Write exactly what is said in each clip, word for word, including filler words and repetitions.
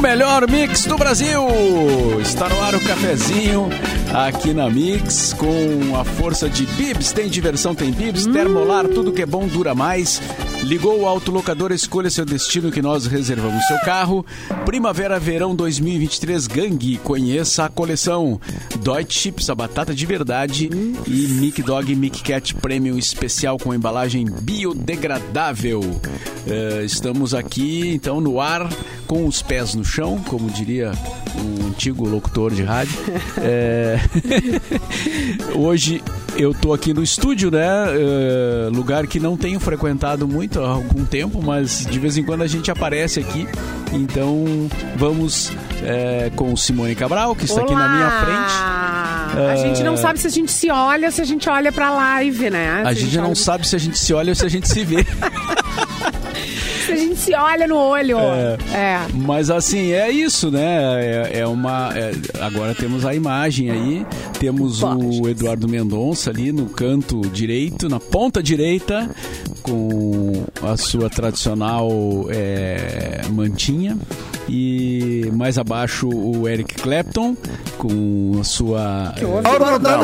melhor mix do Brasil. Está no ar o cafezinho aqui na Mix com a força de Bibs. Tem diversão, tem Bibs. Hum. Termolar, tudo que é bom dura mais. Ligou o autolocador, escolha seu destino que nós reservamos seu carro. Primavera, verão dois mil e vinte e três Gangue. Conheça a coleção Deutsche Chips, a batata de verdade. Hum. E Mic Dog Mic Cat Premium especial com embalagem biodegradável. Uh, estamos aqui, então, no ar com os pés no chão, como diria um antigo locutor de rádio. É... Hoje eu tô aqui no estúdio, né? Uh, lugar que não tenho frequentado muito há algum tempo, mas de vez em quando a gente aparece aqui. Então vamos é, com Simone Cabral, que está Olá! Aqui na minha frente. A uh... gente não sabe se a gente se olha ou se a gente olha pra live, né? A, a gente, gente não olha... sabe se a gente se olha ou se a gente se vê. Se a gente se olha no olho. É, é. Mas assim, é isso, né? É, é uma. É, agora temos a imagem aí. Temos Pode. o Eduardo Mendonça ali no canto direito, na ponta direita, com a sua tradicional é, mantinha. E mais abaixo o Eric Clapton com a sua. Que houve?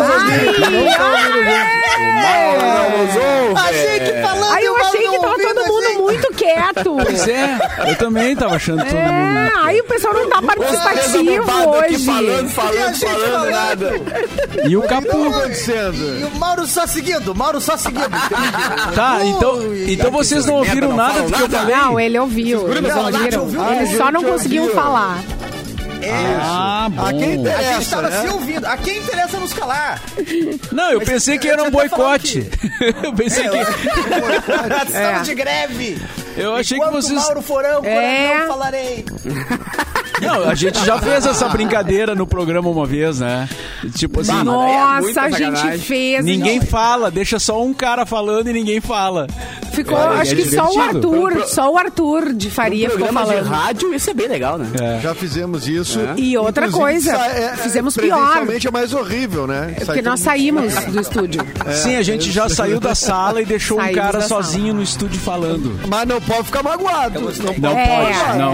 Achei que falando. Aí eu achei que tava todo mundo muito quieto. Pois é, eu também tava achando todo é, mundo. É, aí o pessoal não tá participativo hoje. Falando, falando, falando nada. E o Capu. E o Mauro só seguindo, Mauro só seguindo. Tá, então, então vocês não ouviram nada do que eu falei? Não, ele ouviu. Eles ouviram. Eles só não conseguiam falar. É. Ah, bom. A quem interessa, a gente tava né? se ouvindo. A quem interessa nos calar? Não, eu Mas pensei que era um boicote. Que... eu pensei é, que... Estamos é. de greve. Eu achei Enquanto que vocês... Mauro Forão, é. não falarei. Não, a gente já fez essa brincadeira no programa uma vez, né? Tipo assim... Nossa, é a gente fez. Ninguém fala, deixa só um cara falando e ninguém fala. Ficou, é, acho é que divertido. só o Arthur, pro, só o Arthur de Faria um ficou falando. De rádio, isso é bem legal, né? É. Já fizemos isso. É. E outra Inclusive, coisa, é, fizemos pior. Presencialmente é mais horrível, né? É porque nós saímos do estúdio. É. Sim, a gente já saiu da sala e deixou Saímos um cara sozinho sala. no estúdio falando. Mas não pode ficar magoado. Não, não é. pode, não.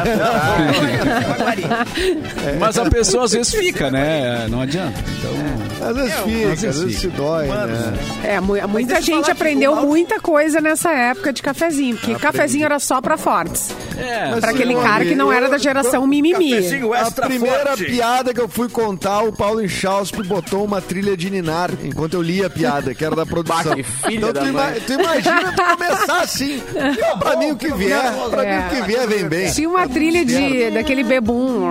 É. Mas a pessoa às vezes fica, né? Não adianta. Então, às vezes é, fica, às vezes, às vezes se dói, Mano, né? É, muita gente aprendeu muita coisa nessa época de cafezinho, porque Aprendi. cafezinho era só pra fortes. É, pra aquele cara que não era da geração mimimi. A primeira forte. piada que eu fui contar, o Paulo Inchauspe botou uma trilha de Ninar enquanto eu lia a piada, que era da produção. Então tu, ima tu imagina tu começar assim. Não, pra mim o que vier, pra é. mim o que vier vem bem. Tinha uma trilha de, daquele bebum.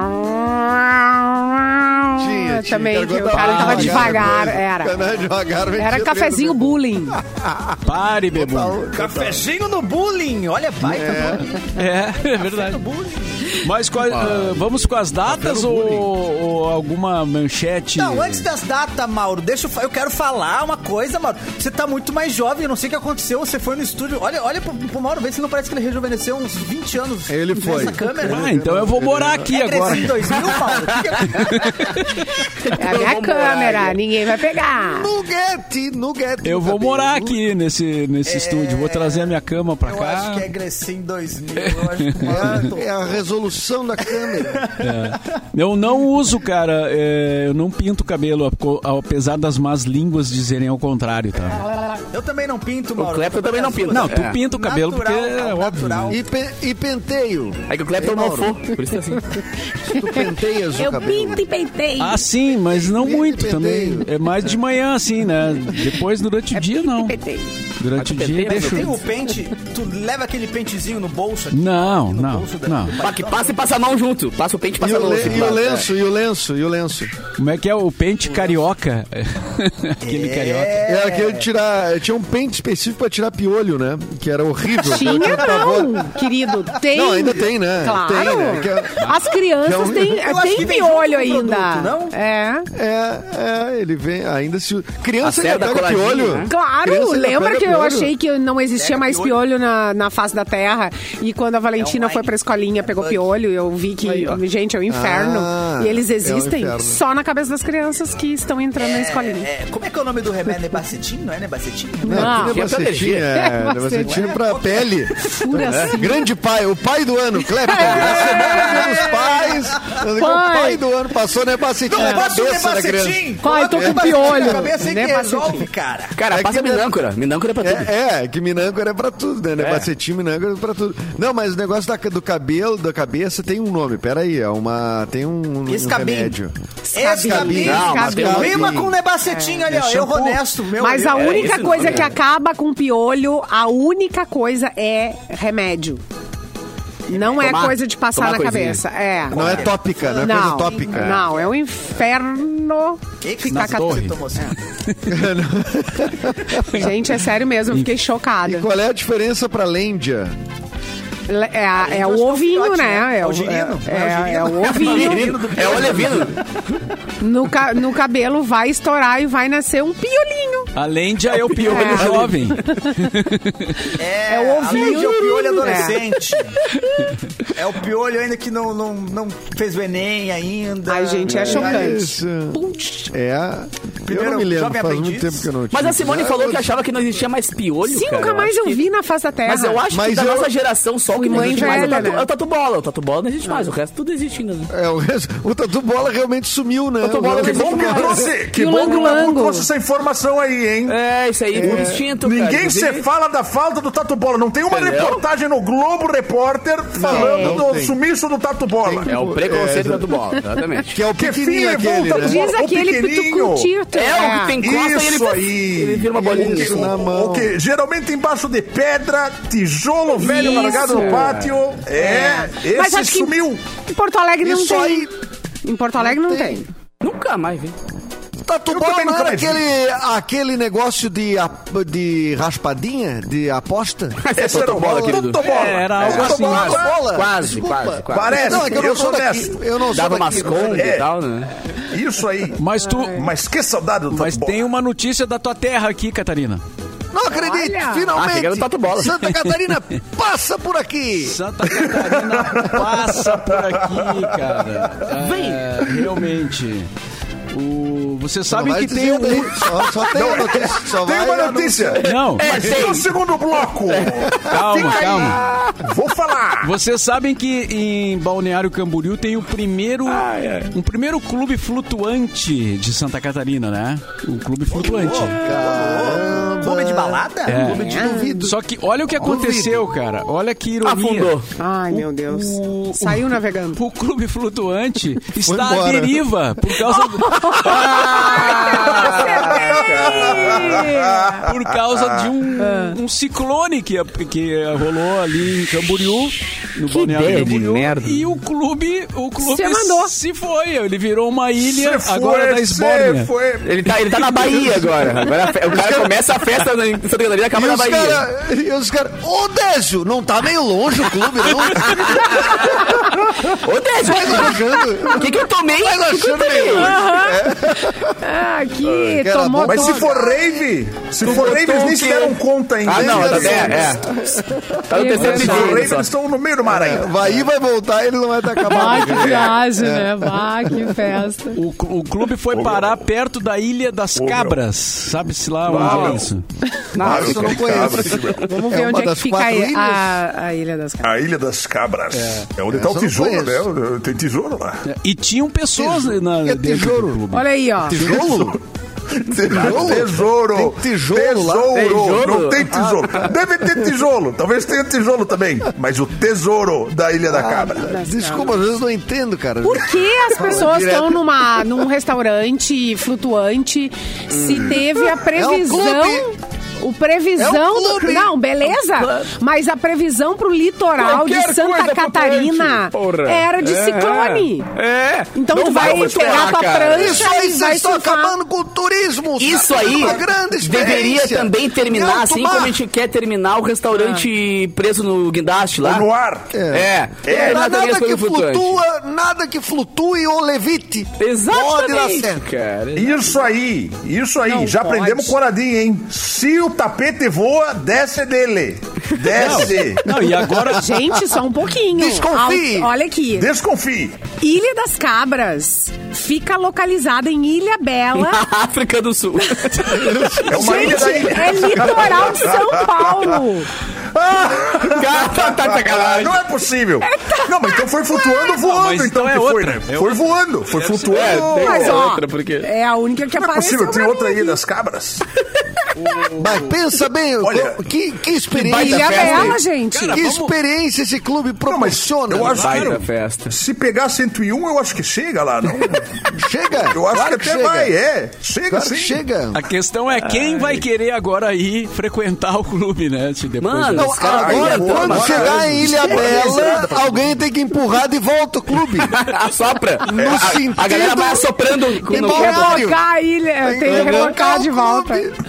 Tinha, tinha. Também, que o cara tava devagar. Era. devagar Era cafezinho bullying. Pare, bebum. Cafezinho no bullying. Olha, pai. É, é verdade. Mas qual, uh, vamos com as datas ou, ou alguma manchete? Não, antes das datas, Mauro, deixa eu, eu quero falar uma coisa, Mauro. Você tá muito mais jovem, eu não sei o que aconteceu. Você foi no estúdio. Olha, olha pro, pro Mauro, vê se não parece que ele rejuvenesceu uns vinte anos. Ele foi. Nessa câmera. Ah, então eu vou morar aqui é agora. Em dois mil, Mauro? É a minha câmera, morar, ninguém vai pegar. Nuguete, nuguete. Eu vou morar aqui nesse, nesse é... estúdio. Vou trazer a minha cama pra eu cá. Eu acho que é Grecinho dois mil. Eu acho que mano, é a resolução da câmera. É. Eu não uso, cara. É, eu não pinto o cabelo, apesar das más línguas dizerem ao contrário, tá? Eu também não pinto, Mauro. O Clepton também não pinta. Não, tu é. pinta o cabelo natural, porque é natural. óbvio. E, pe e penteio. É que o Clepton não for, por isso é assim. Tu penteias o eu cabelo. Eu pinto e penteio. Ah, sim, mas não muito também. É mais de manhã, assim, né? Depois, durante o é dia, não. Durante o dia, deixa... Tem o pente, tu leva aquele pentezinho no bolso aqui? Não, no não, bolso não. Da... Que passa e passa a mão junto. Passa o pente e passa a mão. E o lenço, e o lenço, e o lenço. Como é que é o pente carioca? Aquele é... carioca. É aquele de tirar... Tinha um pente específico pra tirar piolho, né? Que era horrível. Tinha não, querido. Tem. Não, ainda tem, né? Claro. Tem, né? Que é... As crianças é um... têm tem piolho ainda. Produto, não? É. É, é, ele vem ainda se... Criança ainda pega coladinha, piolho. Né? Claro, criança lembra que eu achei que não existia mais piolho na, na face da terra. E quando a Valentina É um foi pra escolinha, pegou piolho, eu vi que, Aí, gente, é o inferno. Ah, e eles existem é o inferno. só na cabeça das crianças que estão entrando na escolinha. É, como é que é o nome do remédio? Nebacetim? Não é nebacetim? Não, Não. que nebacetim, é, É, nebacetim pra pele. Pura assim. Grande pai, o pai do ano, Clepton. Na semana dos pais, o pai do ano passou nebacetim na Passa o cabeça da criança. nebacetim. Pai, tô com Nebacetim piolho. na cabeça aí que Nebacetim. resolve, cara. Cara, É passa que- minâncora. Minâncora é pra tudo. É, é, que minâncora é pra tudo, né? Nebacetim, minâncora é pra tudo. Não, mas o negócio da, do cabelo, da cabeça, tem um nome. Pera aí, é uma, tem um, um Escabim. remédio. Escabim. Não, mas tem um- Rima com nebacetim ali, ó. Eu honesto, meu. Mas eu- a é única esse coisa nome, que é. acaba com piolho, a única coisa é remédio. Não é Tomar- coisa de passar tomar na coisinha. cabeça. É. Não é tópica, não é coisa Não, tópica. não, é um inferno Que que ficar você catando. tomou assim? Gente, é sério mesmo, eu fiquei E chocada. qual é a diferença pra Lêndia? Le- É, a- é Aí o nós ovinho, filhote, né? né? É É o o girino, é- não é o é- é o girino. ovinho. É o Levino. No, ca- no cabelo vai estourar e vai nascer um piolinho. A Lêndia é o piolho É. jovem. É, É o ovinho. além de o piolho adolescente. É. o piolho ainda que não, não, não fez o Enem ainda. Ai, gente, é chocante. Isso. Putz. É. Primeiro, eu não me lembro, jovem faz aprendiz. muito tempo que eu não Mas tive. a Simone Ah, falou eu- que achava que não existia mais piolho, Sim, cara. nunca mais acho eu que- vi na face da terra. Mas eu acho Mas que da eu- nossa geração só o que não Mãe existe mais é o velha, tatu, né? é o tatu bola. O tatu bola não existe mais, o resto tudo existe ainda. Né? É, o, resto- o Tatu Bola realmente sumiu, né? Tatu Bola O- não Que bom que Mas- trouxe, que E o bom que o Nabu lango-lango? trouxe essa informação aí, hein? É, isso aí, muito instinto, cara. Ninguém se Inclusive- fala da falta do Tatu Bola. Não tem uma Entendeu? reportagem no Globo Repórter falando não do tem. sumiço do Tatu Bola. É o preconceito É, do tatu bola, exatamente. Que é o Que pequenininho fim aquele, levou o né? Tatu Diz Bola? O aquele pequenininho. pitucutito. É, o que tem costa e ele, Isso aí. ele vira uma bolinha. O que- Isso na mão. O que geralmente embaixo de pedra, tijolo velho Isso. largado no pátio. É, Mas esse acho que sumiu. em Porto Alegre não Isso tem. aí. Em Porto Alegre não, Não tem. tem. Nunca mais vi. Tatu Eu Bola também não nunca era mais vi. aquele, aquele negócio de, ap- de raspadinha, de aposta? Esse era o bola, bola, querido. Tatu Bola. É, era algo Tatu assim. Bola. Bola. Quase, Desculpa. quase, quase. Parece, Não, é que eu não eu sou tô daqui. nessa. Eu não sou Dava daqui. umas congas É. e tal, né? Isso aí. Mas tu. Mas que saudade do Tatu Mas Bola. tem uma notícia da tua terra aqui, Catarina. Não acredito, Olha. Ah, finalmente. cheguei no Tatu Bola. Santa Catarina passa por aqui. Santa Catarina passa por aqui, cara. É, realmente. O, você sabe Só vai que tem dizendo um. aí, Só, só tem a notícia. Só Tem vai uma anunciar. notícia. Não, Mas no segundo bloco. calma, Fica aí. calma. Vou falar. Vocês sabem que em Balneário Camboriú tem o primeiro, um primeiro clube flutuante de Santa Catarina, né? O clube flutuante. Caramba. Clube de balada? É. Clube de duvido. Só que olha o que aconteceu, cara. Olha que ironia. Afundou. Ai, meu Deus. o- Saiu navegando. O clube flutuante está à embora. deriva por causa do... por causa de um, um ciclone que, que rolou ali em Camboriú, no Balneário ideia de Camboriú. merda. E o clube, o clube Se mandou. se foi. Ele virou uma ilha Cê agora foi, da Esbórnia. cê foi. Ele tá, ele tá na Bahia agora. Agora a fe- o cara começa a festa em Santa Catarina e acaba E na os Bahia. caras, e os caras, ô Désio, não tá meio longe o clube, não? Ô, Décio, Vai achando, o que que eu tomei? vai O que que eu achando tomei? meio longe. Ah, aqui que era tomou bom. Mas se todo. for rave, se for rave, eles nem se deram conta ainda. Ah, não, tá, Deus. é, é. Tá no terceiro Se for dia. rave, só. eles estão no meio do mar ainda. Vai ir, vai voltar, ele não vai estar acabado. Ah, que viagem, né? Bah, que festa. O, cl- o clube foi parar perto da Ilha das Cabras. Sabe-se lá onde é isso? Ah, Isso eu não conheço. Vamos É ver uma onde é que das fica quatro a, ilhas? a, a Ilha das Cabras. A Ilha das Cabras. É, onde tá Essa o eu não tesouro, conheço. né? Tem tesouro lá. E tinham pessoas na, Que é dentro tesouro? do clube. Olha aí, ó. Tijolo? Tesouro. Tesouro. Tem tijolo lá? Tesouro. Tijolo? Não tem tijolo. Deve ter tijolo. Talvez tenha tijolo também. Mas o tesouro da Ilha da Cabra. Desculpa, às vezes não entendo, cara. Por que as pessoas Direto. estão numa, num restaurante flutuante se teve a previsão... clube. O previsão É um do, clube. não, beleza, mas a previsão pro litoral Qualquer de Santa coisa Catarina flutuante, porra. era de É. ciclone. É. Então Não tu vai vai pegar tua cara. prancha Isso aí, e vai vocês estão surfar. acabando com o turismo. Isso sabe? aí Uma grande experiência. deveria também terminar Em alto assim mar. como a gente quer terminar o restaurante preso no guindaste lá. No ar. É. É, lá também as nada que coisas flutuantes. flutua, nada que flutue ou levite. Pode dar Exatamente, certo. cara. Isso aí, isso aí. Não Já pode. aprendemos com o Aradim, hein? Se o tapete voa, desce dele. Desce. Não, e agora... Gente, só um pouquinho. Desconfie. Al- Olha aqui. Desconfie. Ilha das Cabras fica localizada em Ilha Bela. Na África do Sul. É uma ilha da ilha. É litoral de São Paulo. Cara, tá, tá de sacanagem. Não é possível. Não, mas então foi flutuando voando, mas então, então é que foi, outra. né? É Foi outra. voando, foi Deve ser. flutuando. É, tem Mas, ó, outra, porque... é a única que Não é apareceu. possível, tem pra outra mim ilha aqui. das cabras. Mas pensa bem, Olha, que, que experiência. Ilha festa, Bela, hein? gente. Cara, Que vamos- experiência esse clube proporciona. eu acho Baita Claro. festa. Se pegar cento e um, eu acho que chega lá, não? Chega. Eu acho claro que até chega. vai, é. Chega Claro sim. que chega. A questão é quem vai querer agora ir frequentar o clube, né? Se depois Mano, dessa- Não, Os caras- agora, Ai, quando agora- chegar em Ilha agora- Bela, alguém tem que empurrar de volta o clube. Assopra. No a, sentido... a galera vai assoprando com Tem no bom queda. horário. Colocar a ilha, tem que colocar de volta.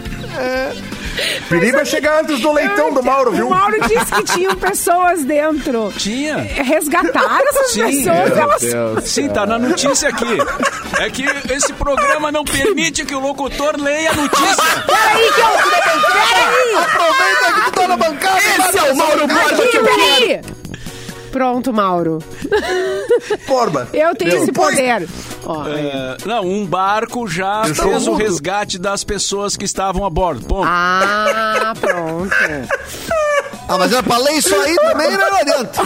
Perigo é chegar antes do leitão do Mauro, viu? O Mauro disse que tinham pessoas dentro. Tinha. Resgataram essas Sim, pessoas, meu elas... Deus. Sim, tá na notícia aqui. É que esse programa não permite que o locutor leia a notícia. Peraí que eu... Peraí! Aproveita que tu tá na bancada. Esse é o Mauro Borba que eu quero. Peraí! Pronto, Mauro. Porba. Eu tenho esse poder. Ó, É, não, um barco já Eu fez sou o mudo. resgate das pessoas que estavam a bordo. Ponto. Ah, pronto. Ah, mas eu falei isso aí também, né, lá dentro.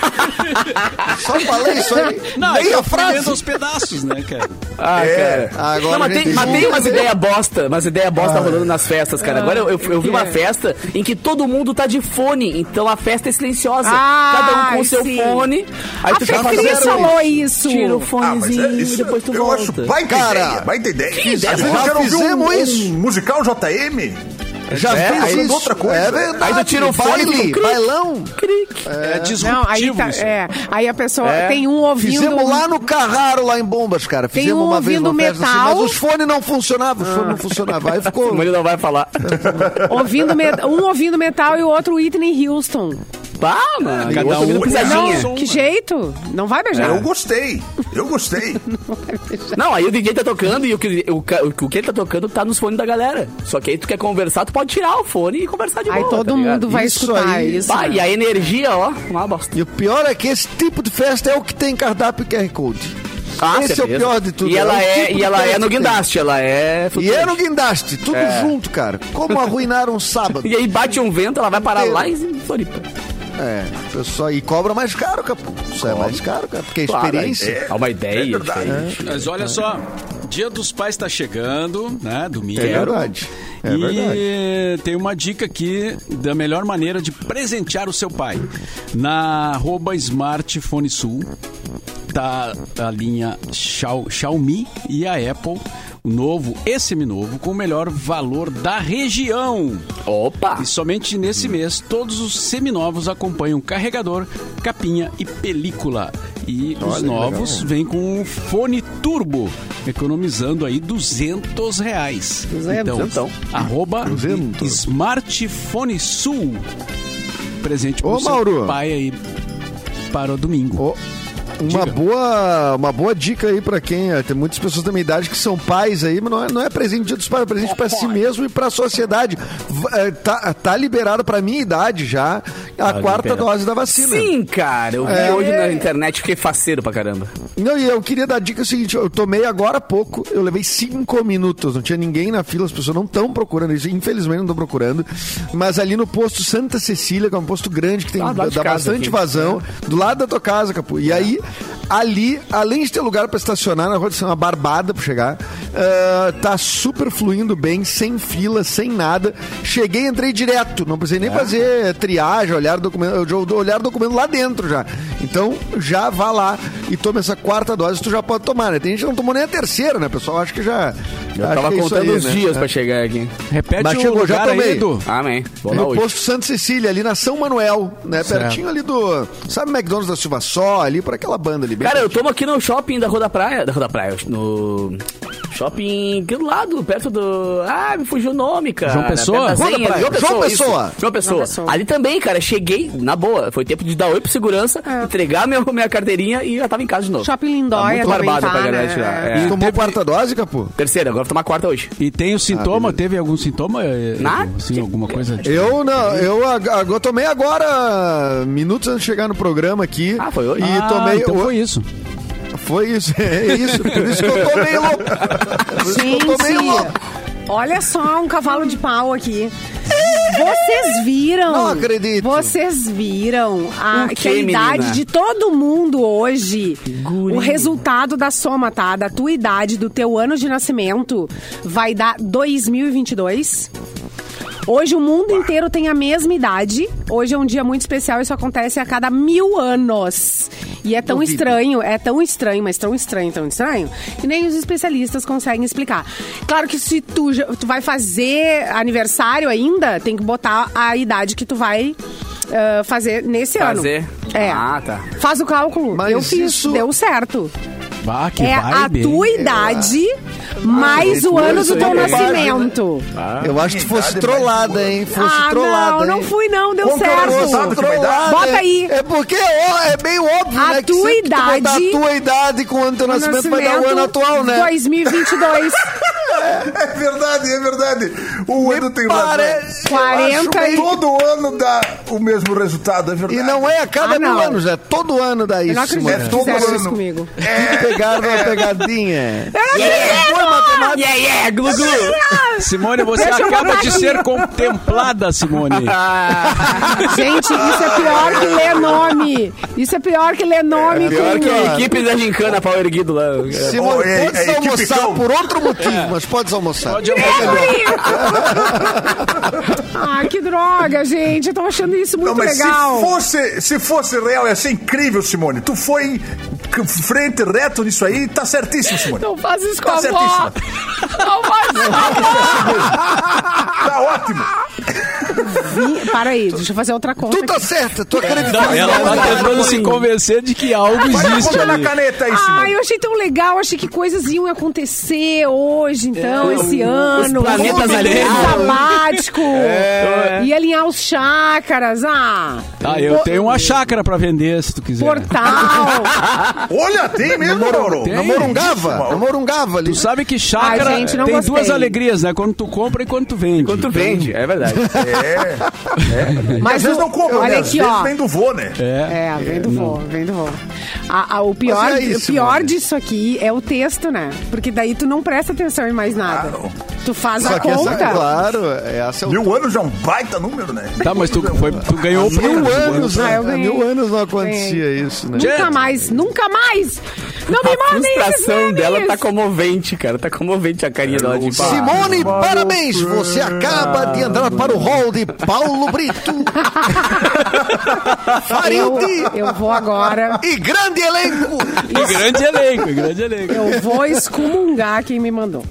Só falei isso aí. Não, é que Nem eu a fui lendo frase. aos pedaços, né, cara? Ah, É. cara. Agora Não, mas a tem, gente mas tem julga, umas né? ideias bosta, umas ideias bosta rolando nas festas, cara. Agora eu, eu, eu vi uma festa em que todo mundo tá de fone, então a festa é silenciosa. Ah, Cada um com o seu sim. fone. Aí A tu já Fê faz Cris falou isso. Tira o Ah, mas fonezinho é isso. e depois tu eu volta. acho baita Cara, ideia, baita ideia. que ideia Às vezes boa. eu quero ouvir um, Fizemos um isso. musical J M. Já É, fiz aí isso. outra coisa. É verdade. Aí tu tira o fone e baile, fica- bailão. É, disruptivo Não, aí, tá, isso. é, aí a pessoa É. tem um ouvindo... Fizemos lá no Carraro, lá em Bombas, cara. Tem Fizemos um uma vez uma ouvindo festa metal. assim, mas os fones não funcionavam. Os fones não funcionavam. Aí ficou... Mas ele não vai falar. ouvindo met- um ouvindo metal e o outro Whitney Houston. Pá, mano. Cada Cada um um com pisadinha. Som, Que né? jeito? Não vai beijar. Eu gostei. Eu gostei. Não, aí o D J tá tocando e o que, o, ca- o que ele tá tocando tá nos fones da galera. Só que aí tu quer conversar, tu pode tirar o fone e conversar de Aí boa. todo tá ligado? mundo vai Isso escutar aí. isso. Pá, né? e a energia, ó, uma bosta. E o pior é que esse tipo de festa é o que tem cardápio e Q R Code. Ah, Esse é o certeza. pior de tudo. E ela É o é, tipo e de ela festa é no que tem. guindaste, ela é E flutuante. é no guindaste, tudo É. junto, cara. Como arruinaram um sábado. E aí bate um vento, ela vai parar Inteiro. lá em Floripa. É, pessoal, e cobra mais caro, capu. Isso é mais caro, cara, porque é Claro, experiência. É uma ideia É verdade. diferente. Mas olha só, Dia dos Pais tá chegando, né? Domingo. É verdade. É e verdade. tem uma dica aqui da melhor maneira de presentear o seu pai. Na arroba Smartphone Sul tá a linha Xiao- Xiaomi e a Apple, o novo e seminovo, com o melhor valor da região. Opa! E somente nesse mês, todos os seminovos acompanham carregador, capinha e película. E os Olha que novos legal. vêm com um fone turbo, economizando aí duzentos reais. duzentos. Então, arroba duzentos. Smartphone Sul. Presente pro Ô, seu Mauro. pai aí para o domingo. Ó, uma Diga. boa, uma boa dica aí pra quem. é, Tem muitas pessoas da minha idade que são pais aí, mas não é, não é presente dia dos pais, é presente pra si mesmo e pra sociedade. V- é, Tá, tá liberado pra minha idade já a quarta liberado. dose da vacina. Sim, cara. Eu vi É. hoje na internet, fiquei faceiro pra caramba. Não, e eu queria dar dica seguinte, eu tomei agora há pouco, eu levei cinco minutos, não tinha ninguém na fila, as pessoas não estão procurando isso, infelizmente não estão procurando, mas ali no posto Santa Cecília, que é um posto grande que tem Ah, do lado de dá casa bastante aqui. vazão, do lado da tua casa, Capu. E aí, ali, além de ter lugar para estacionar, na rua de ser uma barbada para chegar, ah, tá super fluindo bem, sem fila, sem nada. Cheguei, entrei direto, não precisei nem fazer triagem, olhar documento, eu já olhar documento lá dentro já. Então, já vá lá e tome essa quarta dose, tu já pode tomar, né? Tem gente que não tomou nem a terceira, né, pessoal? Acho que já... Eu acho tava que é isso contando aí, os né? dias É. pra chegar aqui. Repete Mas o chegou, já lugar aí, tomei. Edu. Amém. Vou lá No hoje. posto Santa Cecília, ali na São Manuel, né? Certo. Pertinho ali do... Sabe o McDonald's da Silva Só, ali por aquela banda ali. bem Cara, eu pertinho. tomo aqui no shopping da Rua da Praia. Da Rua da Praia, no shopping aqui do lado, perto do... Ah, me fugiu o nome, cara. João Pessoa? Zenha, João Pessoa. João Pessoa. João Pessoa. João Pessoa. Pessoa. Ali também, cara, cheguei, na boa. Foi tempo de dar oi pro segurança, É. entregar minha, minha carteirinha e já tava em casa de novo. Shopping Tá Lindóia muito também barbado tá, pra galera né? tirar. É. É. Tomou Teve- quarta dose, Capu? Terceira, agora vou tomar a quarta hoje. E tem o sintoma, Ah, teve algum sintoma? eh, Nada. Assim, alguma coisa? Tipo... Eu não, eu, ag- ag- eu tomei agora, minutos antes de chegar no programa aqui. Ah, foi hoje? E Ah, tomei. então o- foi isso. Foi isso, é isso. Por isso que eu tô meio louco. Por isso que eu tô meio Gente, louco. olha só um cavalo de pau aqui. Vocês viram? Não acredito. Vocês viram a, O que quê, a idade menina? de todo mundo hoje, Guri. o resultado da soma, tá? Da tua idade, do teu ano de nascimento, vai dar dois mil e vinte e dois. Hoje o mundo inteiro tem a mesma idade. Hoje é um dia muito especial. Isso acontece a cada mil anos. E é tão Duvido. estranho, é tão estranho, mas tão estranho, tão estranho, que nem os especialistas conseguem explicar. Claro que se tu, já- tu vai fazer aniversário ainda, tem que botar a idade que tu vai ah, fazer nesse Fazer? ano. É. Ah, tá. Faz o cálculo. Mas Eu fiz, isso- deu certo. Bah, que é a vibe, tua hein? idade mais o ano do teu isso aí, nascimento. Eu acho que tu fosse trollada, hein? Fosse Ah, trollada. não, não hein? fui não, deu Como que é o certo. resultado que vai dar? Bota é- aí. É porque ó, é bem óbvio, A né? que tua sempre que tu botar idade- a tua idade com o ano do teu O nascimento vai dar o ano atual, né? dois mil e vinte e dois. É verdade, é verdade. O ano tem razão. Parece. quarenta eu acho e- bem- Todo ano dá o mesmo resultado, é verdade. E não é a cada Ah, mil não. anos, é todo ano dá Eu isso, não acredito Simone. que todo fizeram ano. isso comigo. Que pegaram uma pegadinha. Yeah, yeah, glu, glu. Simone, você Deixa eu acaba botar de aqui. ser contemplada, Simone. Gente, isso é pior que ler nome. Isso é pior que ler nome. É pior com- que A equipe da Gincana, pau erguido lá. Simone, Oh, é- podes é equipe almoçar cão. por outro motivo, mas podes almoçar. Pode almoçar. Ah, que droga, gente. Eu tô achando isso muito Não, mas legal. se fosse, se fosse real, ia ser incrível, Simone. Tu foi c- frente, reto nisso aí, tá certíssimo, Simone. Não faz isso com Tá a avó. certíssimo. Não faz isso com a avó. Tá ótimo. Vi- Para aí, deixa eu fazer outra conta. Tu tá aqui. certa, tu acredita. Não, ela tá tentando se convencer de que algo Vai na existe ponta da ali. caneta aí, Ah, Simone. eu achei tão legal, achei que coisas iam acontecer hoje, então, É, esse o- ano. os planetas Vamos ali. ter sabático. E alinhar os chácaras. Ah, Ah, eu tenho uma chácara pra vender, se tu quiser. portal. Olha, tem mesmo, Mauro. tem. Na Morungava, Isso, na Morungava ali. Tu sabe que chácara Ai, gente, não tem gostei. duas alegrias, né? Quando tu compra e quando tu vende. Quanto tu vende, é verdade. É. Mas Às vezes o- não compra, olha né? aqui, Às vezes ó. vem do vô, né? É. É, vem do vô, vem do vô. A- a- o pior, Mas é isso, o pior mano. disso aqui é o texto, né? Porque daí tu não presta atenção em mais nada. Claro. Tu faz Só a que essa, conta. claro, essa é o Mil anos já é um baita número, né? Tá, mas tu, foi, tu ganhou o Mil prêmio. anos, Ah, né? eu ganhei. Mil anos não acontecia isso, né? Nunca Gente. mais, nunca mais! Não me A mandem esses frustração memes! dela tá comovente, cara. Tá comovente a carinha dela de pau. Simone, parabéns! Você acaba de entrar para o hall de Paulo Brito. eu, Farildi eu vou agora, e grande elenco. E grande elenco, e grande elenco. eu vou excomungar quem me mandou.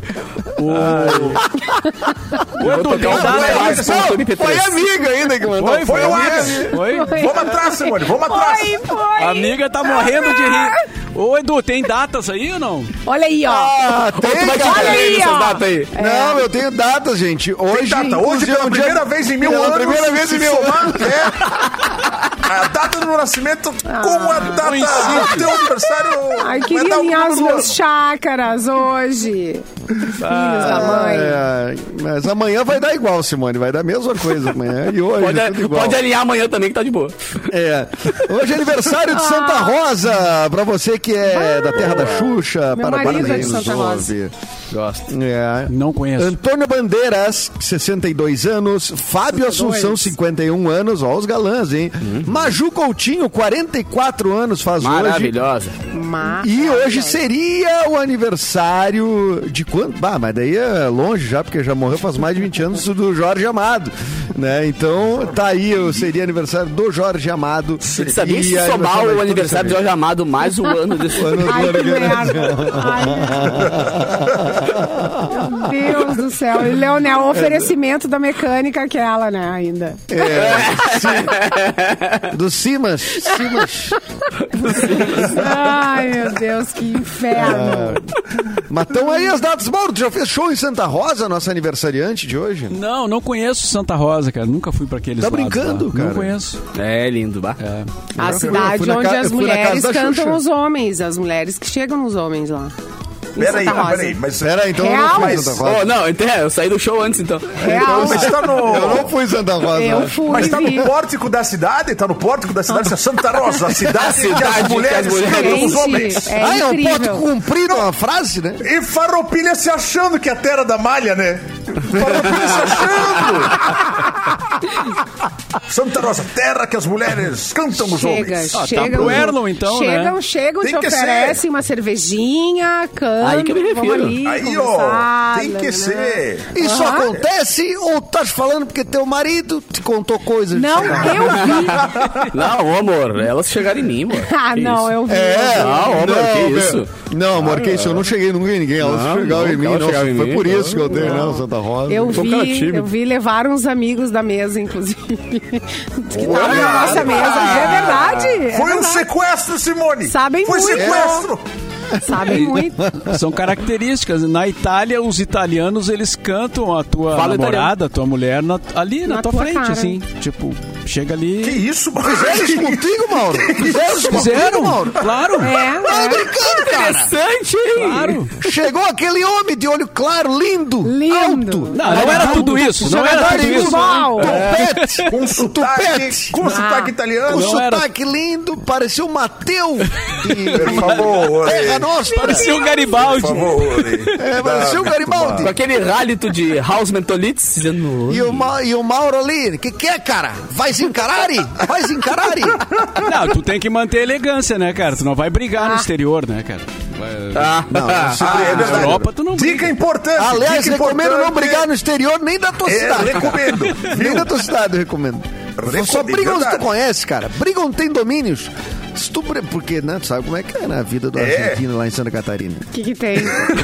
O Edu, tem tocar um data aí? Mas ponto M P três. Foi amiga ainda que mandou. Foi, foi, Foi o amiga. Alex. Foi. Vamos atrás, Simone, vamos atrás. Foi, foi! A amiga tá morrendo de rir. Ô, Edu, tem datas aí ou não? Olha aí, ó. Ah, tem, Tu vai te cara. Olha aí, ler essas ó. datas aí. Não, eu tenho datas, gente. Hoje, Data, hoje inclusive, pela é um dia- primeira vez em mil Pela anos. primeira vez se em mil somar, anos. é, a data do meu nascimento com a data coincide. do teu aniversário. Ai, vai queria dar um alinhar os número do meus chácaras hoje. Filhos da mãe. É, mas amanhã vai dar igual, Simone. Vai dar a mesma coisa amanhã. E hoje, tudo Pode, igual. pode alinhar amanhã também, que tá de boa. É. Hoje é aniversário de Santa Rosa. Pra você que é da terra da Xuxa. Meu Parabéns marido é aí de nos Santa Rosa. ouve. Gosto. É. Não conheço. Antônio Bandeiras, sessenta e dois anos. Fábio Assunção, cinquenta e um anos. Ó, os galãs, hein? Maju Coutinho, quarenta e quatro anos faz hoje. Maravilhosa. Mas... E hoje seria o aniversário de quando? Bah, mas daí é longe já, porque já morreu faz mais de vinte anos do Jorge Amado, né? Então, tá aí, eu seria aniversário do Jorge Amado. Tu sabia E se aniversário somar vai o todo aniversário de saber. Jorge Amado mais o ano desse Ano do Ai, que aniversário. merda. Ai, meu Deus do céu. E, Leonel, o oferecimento da mecânica aquela, né, ainda. É, sim. Do Simas. Simas. Ai, meu Deus, que inferno. Mas estão aí as datas. Mauro, tu já fez show em Santa Rosa, nossa aniversariante de hoje? Não, não conheço Santa Rosa, cara. Nunca fui pra aqueles Tá lados brincando, lá. cara? Não conheço. É lindo, bah. É. A Eu cidade fui na onde ca- as eu fui na mulheres casa da cantam Xuxa. os homens. As mulheres que chegam nos homens lá. Em Peraí, Santa Rosa. peraí, mas... Pera aí, então eu Real? não fui em Mas- Santa Rosa. Oh, não, então, eu saí do show antes, então. Real. Mas tá no... Eu não fui em Santa Rosa. Eu não. fui. Mas tá vi. no pórtico da cidade? Tá no pórtico da cidade, isso é Santa Rosa, a cidade, que cidade as que as mulheres mulheres- cantam os Gente, homens. é Ah, é um pote incrível. comprido, uma frase, né? E Farroupilha se achando que é a terra da malha, né? Farroupilha se achando. Santa Rosa, terra que as mulheres cantam os Chega, homens. Ah, tá chega. pro Erlon, então, chegam, né? Chegam, Tem te que oferecem uma cervejinha, cantam, Aí que eu me vamos refiro. ali, Aí, conversar, ó, tem que né? ser. Isso Aham. acontece ou estás falando porque teu marido te contou coisas? Não, eu vi. Não, amor, elas chegaram em mim, amor. Ah, Que não, isso? eu vi. É, Não, amor, que meu- isso? Não, amor, que isso? Eu não cheguei nunca em ninguém. Elas Não, chegaram não, em mim. elas Não, chegaram em foi mim. por isso que eu tenho, não, Santa Rosa. Eu Sou um cara vi, tímido. eu vi levar uns amigos da mesa, inclusive. que estavam na nossa mesa. É verdade. é Foi um verdade. sequestro, Simone. Sabem Foi muito. sequestro. Sabem muito. São características. Na Itália, os italianos, eles cantam a tua Fala namorada, a tua mulher, na- ali na, Na tua tua frente, cara. assim. Tipo, chega ali... Que isso, mano? Fizeram isso contigo, Mauro? Fizeram isso contigo, Fizeram? Mauro? Claro. É, Tá é. brincando, cara? Interessante, hein? Claro. Chegou aquele homem de olho claro, lindo, Lindo. alto. Não, não era tudo isso. Não era tudo isso. Igual. Tupete. Com sotaque, tupete. com sotaque italiano. Um Não era- sotaque lindo, parecia o Mateu de Por favor, Terra Nostra. Parecia um Garibaldi. Por favor. É, parecia o Garibaldi. Com aquele rálito de House Mentolitz dizendo... E o, Ma- e o Mauro ali, o que, que é, cara? Vai se encarar? Vai se encarar? Não, tu tem que manter a elegância, né, cara? Tu não vai brigar no exterior, né, cara? Vai- Ah, Não, Ah, é Na verdade. Europa, tu não briga. Dica importante. aliás, dica recomendo não importante. brigar no exterior, nem da tua É, cidade. recomendo. Nem Viu? da tua cidade eu recomendo. Recomendo, Só brigam onde tu verdade. conhece, cara. Brigam onde tem domínios. Se tu bri- Porque, né, tu sabe como é que é na vida do É. argentino lá em Santa Catarina. O que que tem? O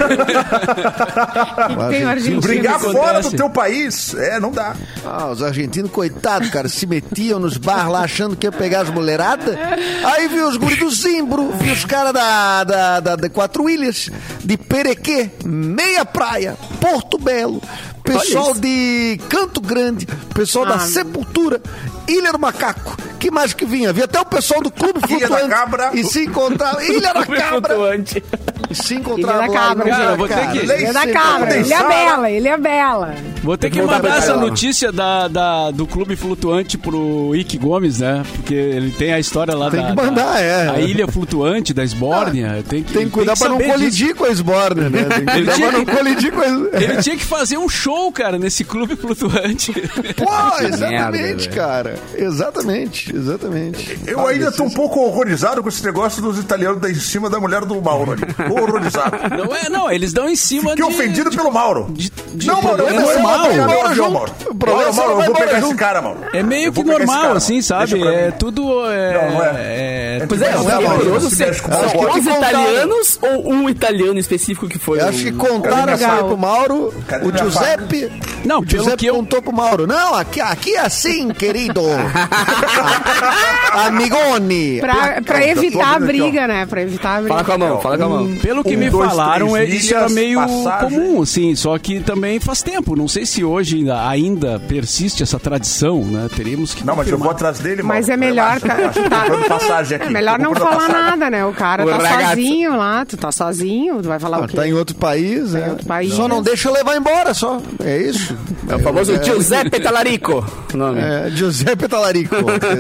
que que tem o argentino? Brigar Isso fora acontece. do teu país, é, não dá. Ah, os argentinos, coitados, cara, se metiam nos bar lá achando que ia pegar as mulheradas. Aí viu os guris do Zimbro, viu os caras da, da, da, da Quatro Ilhas, de Perequê, Meia Praia, Porto Belo, pessoal isso. de Canto Grande, pessoal da Ah. Sepultura, Ilha do Macaco. Que mais que vinha? Havia até o pessoal do Clube Ilha da Flutuante. Cabra. E se encontrava. Ilha da Cabra. flutuante. E se encontrava Ilha da lá, Cabra, Ilha cara, da vou ter que- Cabra. Ilha da Sempre Cabra, tem. Ilha Bela, Ilha Bela. Vou ter que voltar mandar pra essa cá. notícia da, da- do Clube Flutuante pro Ike Gomes, né? Porque ele tem a história lá Tem da... que mandar, da- é. A ilha flutuante da Esbórnia. Tem que, Tem que cuidar pra não saber colidir disso. com a Esborne, né? Tem que Ele cuidar tinha pra não que- colidir com a Ele tinha que fazer um show, cara, nesse Clube Flutuante. Pô, exatamente, merda, cara. Exatamente, exatamente. Eu ainda tô um pouco horrorizado com esse negócio dos italianos da em cima da mulher do Mauro ali. Tô horrorizado. Não é, não, eles dão em cima Fiquei de... ofendido pelo Mauro. de- de não, Mauro, eu problema vou normal. pegar meu Mauro avião, junto. Mauro. O problema Mauro, é que Mauro, você eu vai vou embora pegar junto. esse cara, Mauro. É meio Eu que vou pegar esse normal, cara, assim, Mauro. sabe? Deixa pra É mim. tudo... É, Não, não é. é- É Pois é, tudo o Mauro, que é Mauro, curioso se se mexe com são bola. os contaram. italianos ou um italiano específico que foi Eu o- acho que contaram Cadê essa minha aí pro Mauro. Cadê O minha Giuseppe. Não, o pelo Giuseppe que eu- contou pro Mauro. Não, aqui, aqui é assim, querido. Amigoni. Pra, pra Tá evitar a todo aqui, ó. briga, né? Pra evitar a briga. Fala com a mão, fala com a mão. Pelo que Um, me dois, falaram, três é- isso era milhas, meio passagem. comum, assim, só que também faz tempo. Não sei se hoje ainda, ainda persiste essa tradição, né? Teríamos que Não, mas eu vou confirmar. atrás dele, Mauro. Mas é melhor, cara. Tô comprando passagem aqui. É melhor Tô não comprando falar passagem. nada, né? O cara O tá ragazzo. sozinho lá, tu tá sozinho, tu vai falar Ah, o quê? tá em outro país, né? outro país. Só não deixa eu levar embora, só. É isso. É o famoso Giuseppe Talarico. O nome. É, Giuseppe Talarico.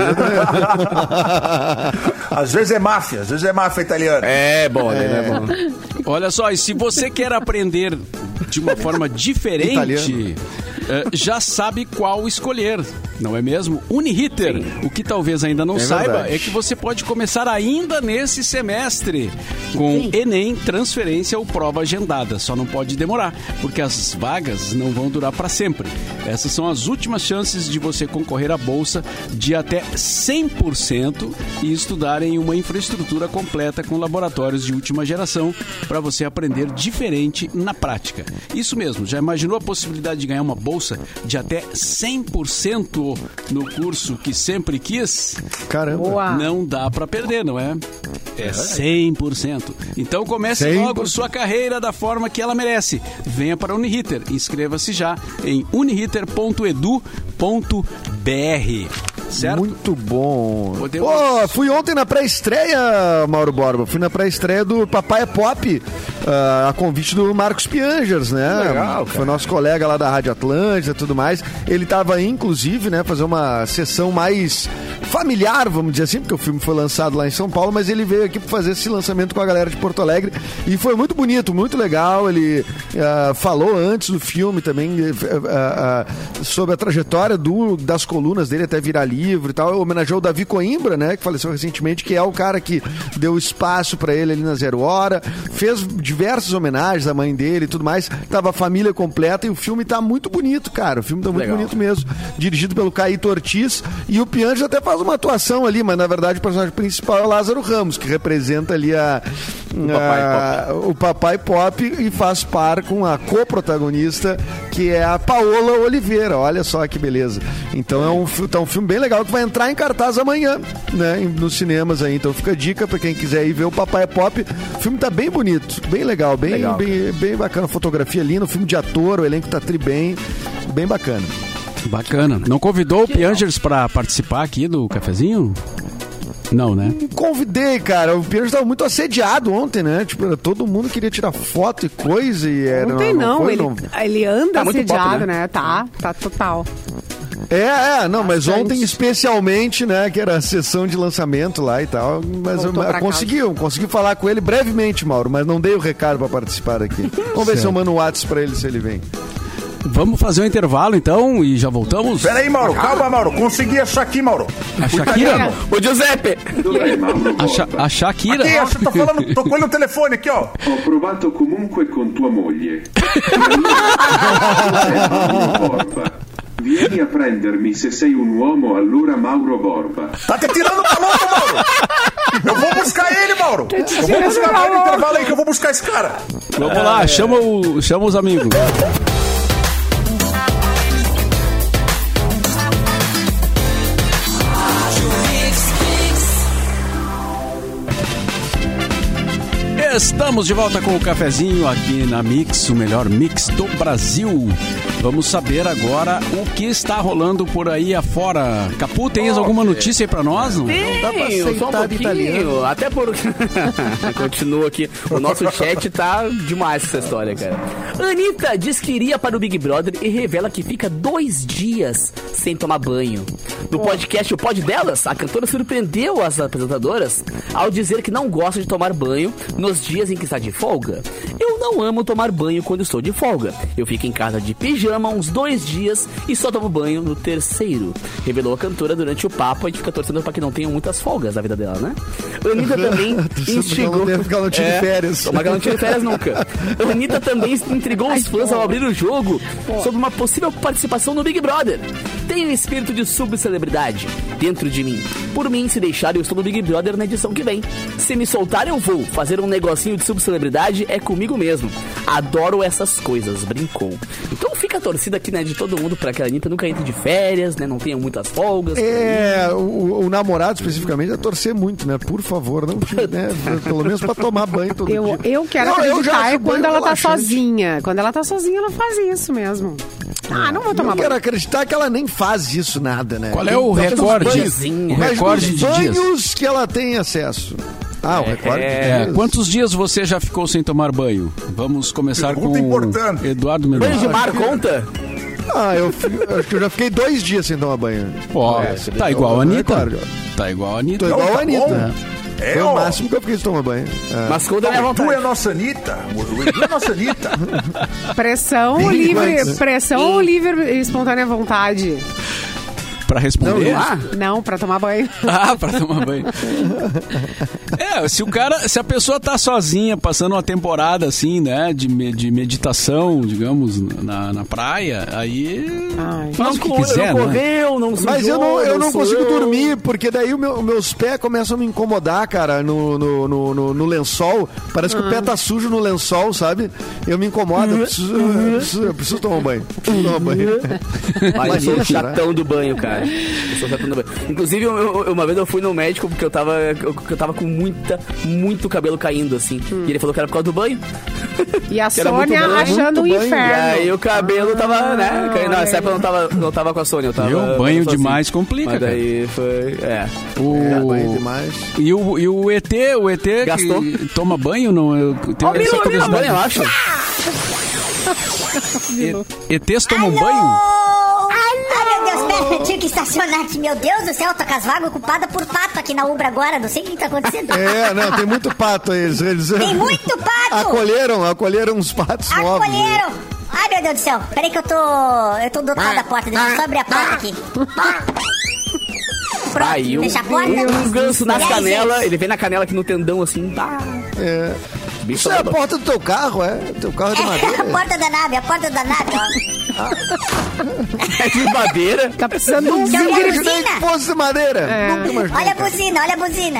Às vezes é máfia, às vezes é máfia italiana. É bom, né? É bom. Olha só, e se você quer aprender de uma forma diferente, Italiano. eh, já sabe qual escolher. Não é mesmo? Uniriter. Sim. O que talvez ainda não é saiba verdade. é que você pode começar ainda nesse semestre com Sim. Enem, transferência ou prova agendada. Só não pode demorar, porque as vagas não vão durar para sempre. Essas são as últimas chances de você concorrer à bolsa de até cem por cento e estudar em uma infraestrutura completa com laboratórios de última geração para você aprender diferente na prática. Isso mesmo, já imaginou a possibilidade de ganhar uma bolsa de até cem por cento no curso que sempre quis? Caramba. Boa. Não dá pra perder, não é? É cem por cento. Então comece cem por cento. logo sua carreira da forma que ela merece. Venha para a Uniriter. Inscreva-se já em uniriter ponto edu ponto br. Certo? Muito bom. Podemos... Pô, fui ontem na pré-estreia, Mauro Borba. Fui na pré-estreia do Papai é Pop, uh, a convite do Marcos Piangers, né? Legal, foi nosso colega lá da Rádio Atlântida e tudo mais. Ele tava aí, inclusive, né, fazer uma sessão mais familiar, vamos dizer assim, porque o filme foi lançado lá em São Paulo, mas ele veio aqui para fazer esse lançamento com a galera de Porto Alegre e foi muito bonito, muito legal. Ele uh, falou antes do filme também uh, uh, sobre a trajetória do, das colunas dele até virar livro e tal. Homenageou o Davi Coimbra, né, que faleceu recentemente, que é o cara que deu espaço para ele ali na Zero Hora, fez diversas homenagens à mãe dele e tudo mais. Tava a família completa e o filme tá muito bonito, cara. O filme tá muito legal. Bonito mesmo. Dirigido pelo Caíto Ortiz e o Pianges até faz uma atuação ali, mas na verdade o personagem principal é o Lázaro Ramos, que representa ali a, o, papai a, o Papai Pop e faz par com a coprotagonista, que é a Paola Oliveira. Olha só que beleza. Então é um, tá um filme bem legal que vai entrar em cartaz amanhã, né, nos cinemas aí. Então fica a dica pra quem quiser ir ver o Papai Pop. O filme tá bem bonito, bem legal, bem, legal. bem, bem bacana. A fotografia linda, o filme de ator, o elenco tá tri bem, bem bacana. Bacana. Não convidou o Piangers pra participar aqui do cafezinho? Não, né? Convidei, cara. O Piangers estava muito assediado ontem, né? Tipo, era, todo mundo queria tirar foto e coisa e era... Ontem não, não, foi, ele, não. ele anda tá assediado, pop, né? né? Tá, tá total. É, é, não, mas Bastante. ontem especialmente, né, que era a sessão de lançamento lá e tal, mas eu, eu consegui, eu consegui falar com ele brevemente, Mauro, mas não dei o recado pra participar aqui. Vamos ver certo. Se eu mando um WhatsApp pra ele, se ele vem. Vamos fazer um intervalo, então, e já voltamos? Pera aí, Mauro. Calma, Mauro. Consegui achar aqui, Mauro. A Shakira? O Giuseppe. A, Sha- a Shakira? Aqui, eu tô falando, tô com ele no telefone aqui, ó. Ho provato comunque con tua moglie. Vieni a prendermi se sei un uomo, allora Mauro Borba. Tá te tirando pra louco, Mauro. Eu vou buscar ele, Mauro. Eu vou buscar pra ele no intervalo aí que eu vou buscar esse cara. Vamos lá, chama, o, chama os amigos. Estamos de volta com o cafezinho aqui na Mix, o melhor mix do Brasil. Vamos saber agora o que está rolando por aí afora. Capu, tens oh, alguma notícia aí pra nós? Não, Sim, não dá pra aceitar um italiano. Até por... Continua aqui. O nosso chat tá demais essa história, cara. Anitta diz que iria para o Big Brother e revela que fica dois dias sem tomar banho. No podcast O Pod Delas, a cantora surpreendeu as apresentadoras ao dizer que não gosta de tomar banho nos dias em que está de folga. Eu não amo tomar banho quando estou de folga. Eu fico em casa de pijama uns dois dias e só tomo banho no terceiro. Revelou a cantora durante o papo. A gente fica torcendo para que não tenham muitas folgas na vida dela, né? Anitta também instigou... Porque ela não tira é, férias. Mas ela não tira férias nunca. Anitta também intrigou os fãs ao abrir o jogo sobre uma possível participação no Big Brother. Tenho espírito de subcelebridade dentro de mim. Por mim, se deixar, eu estou no Big Brother na edição que vem. Se me soltar, eu vou. Fazer um negocinho de subcelebridade é comigo mesmo. Adoro essas coisas, brincou. Então fica a torcida aqui, né, de todo mundo pra que a Anitta nunca entre de férias, né, não tenha muitas folgas. É, o, o namorado especificamente é torcer muito, né, por favor, não tire, né, pelo menos pra tomar banho todo eu, dia. Eu quero não, acreditar eu é quando ela tá relaxante. sozinha. Quando ela tá sozinha, ela faz isso mesmo. Ah, não vou tomar eu banho. quero acreditar que ela nem faz isso nada, né? Qual é o recorde? O recorde de dias? Banhos que ela tem acesso. Ah, o recorde de É, dias. quantos dias você já ficou sem tomar banho? Vamos começar Pergunta com importante. Eduardo Banho Mendonça. de mar conta? Ah, eu, fi- eu acho que eu já fiquei dois dias sem tomar banho. Ó, É, tá igual a Anitta. recorde. Tá igual a Anitta. Tô igual tá a Anitta. bom. É, Foi o ó. máximo que eu fiquei sem tomar banho. É. Mas conta é a Tu vontade. é a nossa Anitta. O Edu é a nossa Anitta. Pressão Bem livre, antes. pressão ou livre e espontânea vontade? Pra responder? Não, ah, Não, pra tomar banho. Ah, pra tomar banho. É, se o cara, se a pessoa tá sozinha, passando uma temporada assim, né, de, me- de meditação, digamos, na, na praia, aí Ai. faz o que não, quiser, não né? correu, não sujou, Mas eu não, eu não sou consigo eu. dormir, porque daí o meu- meus pés começam a me incomodar, cara, no, no, no, no- no lençol. Parece que o pé tá sujo no lençol, sabe? Eu me incomodo, eu preciso, eu preciso, eu preciso tomar um banho. Preciso tomar um banho. Mas eu sou Imagina, chatão do banho, cara. Eu sou chatão do banho. Inclusive, eu- eu- uma vez eu fui no médico porque eu tava, eu, eu tava com muita, muito cabelo caindo, assim. E ele falou que era por causa do banho. E a Que era muito Sônia bom, achando um muito banho. E inferno. aí o cabelo tava, né? Caindo. Não, nessa época eu não tava, não tava com a Sônia, eu tava. Viu? eu Banho tava demais complica, Mas daí foi. É. O... É, banho demais. E o, e o E T, o E T Gastou? que toma banho, não? Eu tenho Ele essa só tomou banho, eu acho. E T's tomam banho? Ai, meu Deus, pera, eu tinha que estacionar aqui. Meu Deus do céu, tô com as vagas ocupadas por pato aqui na Ubra agora. Não sei o que tá acontecendo. É, não, tem muito pato aí. Eles, eles Tem muito pato! acolheram, acolheram uns patos novos. Acolheram! Ai, meu Deus do céu. Peraí que eu tô... Eu tô do outro lado da porta. Deixa eu só abrir a porta aqui. Pronto, Aí um, fecha a porta. um ganso nas E aí, canelas, gente? ele vem na canela aqui no tendão assim. Ah, É. bicho Isso é a tá- porta do teu carro, é? Teu carro é de É a madeira? porta da nave, a porta da nave, ó. É de madeira. Tá precisando de um Então, Nunca é a imaginei buzina. que fosse de madeira. Nunca imaginei. Olha a buzina, olha a buzina.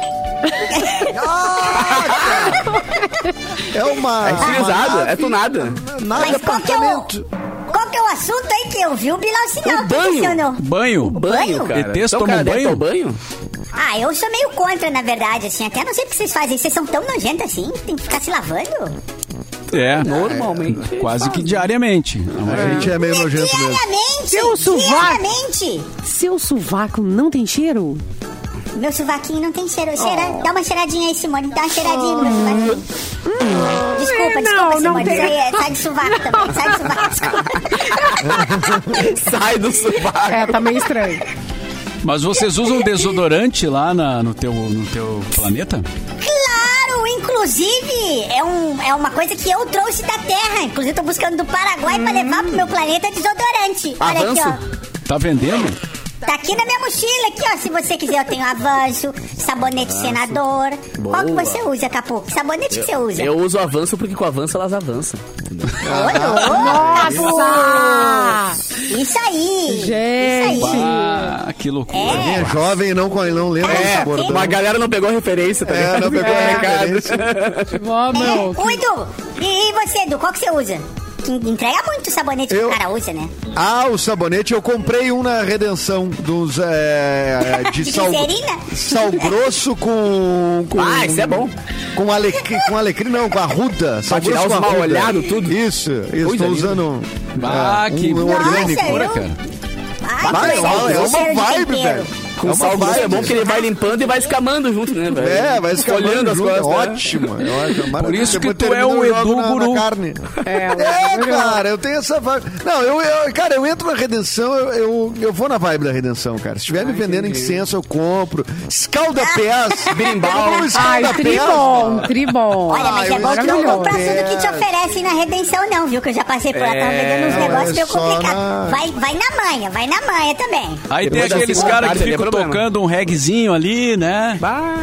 É uma... É estilizado, é tunada. Nada de Mas qual que é o... apartamento. Qual que é o assunto aí que eu vi o Bilal Sinal? O banho. Banho? Banho? cara. E T's Então, tomam cara, deve banho? tomar banho? Ah, eu sou meio contra, na verdade, assim. Até não sei o que vocês fazem. Vocês são tão nojentos assim? Tem que ficar se lavando? É, Normalmente. quase que diariamente. A gente é meio nojento mesmo. Diariamente! Seu sovaco. Diariamente! Seu sovaco não tem cheiro? Meu sovaquinho não tem cheiro. Cheira... Dá uma cheiradinha aí, Simone. Dá uma cheiradinha no meu sovaquinho. Desculpa, não, desculpa, não Simone. tem. Isso aí é... Sai de sovaco também. Sai de sovaco. Desculpa. Sai do sovaco. É, tá meio estranho. Mas vocês usam desodorante lá na- no, teu, no teu planeta? Claro, inclusive, é, um, é uma coisa que eu trouxe da Terra. Inclusive, tô buscando do Paraguai pra levar pro meu planeta desodorante. Olha aqui, Avanço? ó. Tá vendendo? Tá aqui na minha mochila, aqui, ó. Se você quiser, eu tenho Avanço, sabonete senador. Qual que Boa. você usa, Capu? Que sabonete que você usa? Eu uso avanço porque com avanço elas avançam. Nossa! Isso aí! Gente. Isso aí! Ah, que loucura. Quem é jovem e não, não lembra É, desse bordão. Uma galera não pegou a referência, tá É, ligado? não pegou a É. referência. Ó, meu. É. Oi, Du! E, e você, Du? Qual que você usa? Que entrega muito sabonete Eu- que o cara usa, né? Ah, o sabonete, eu comprei um na Redenção dos é, de De sal, glicerina? sal grosso com, com Ah, isso é bom. Com alecrim, com alecrim não, com arruda. Sal tirar grosso os com arruda. mal-olhados, tudo? Isso, isso. Coisa Estou linda. usando Ah, é, que um, um Nossa, orgânico. eu- loucura, cara. Ai, Vai, é coisa uma, aí, é uma cheiro de vibe, tempero. velho. Com É uma sal grosso é vibe. bom que ele vai limpando e vai escamando junto, né, velho? É, vai escamando Folhando as junto, costas, é né? ótimo. É ótimo, Por isso que Depois tu é termina, o eu jogo Edu na, Guru. na carne. É, o É, Edu Guru. cara, eu tenho essa vibe. Não, eu, eu- cara, eu entro na Redenção, eu, eu, eu vou na vibe da Redenção, cara. Se estiver me vendendo incenso, eu compro. Escalda-pés. Berimbau. Um Ai, escalda-pés. tribom, tribom. Olha, mas Ah, é bom que não eu compra escalda-pés. tudo que te oferecem na Redenção, não, viu? Que eu já passei por lá, tava vendendo uns não, negócios é meio só complicados. na- Vai, vai na manha, vai na manha também. Aí tem Depois da aqueles segunda caras que parte, ali é ficam problema. tocando um reguezinho ali, né?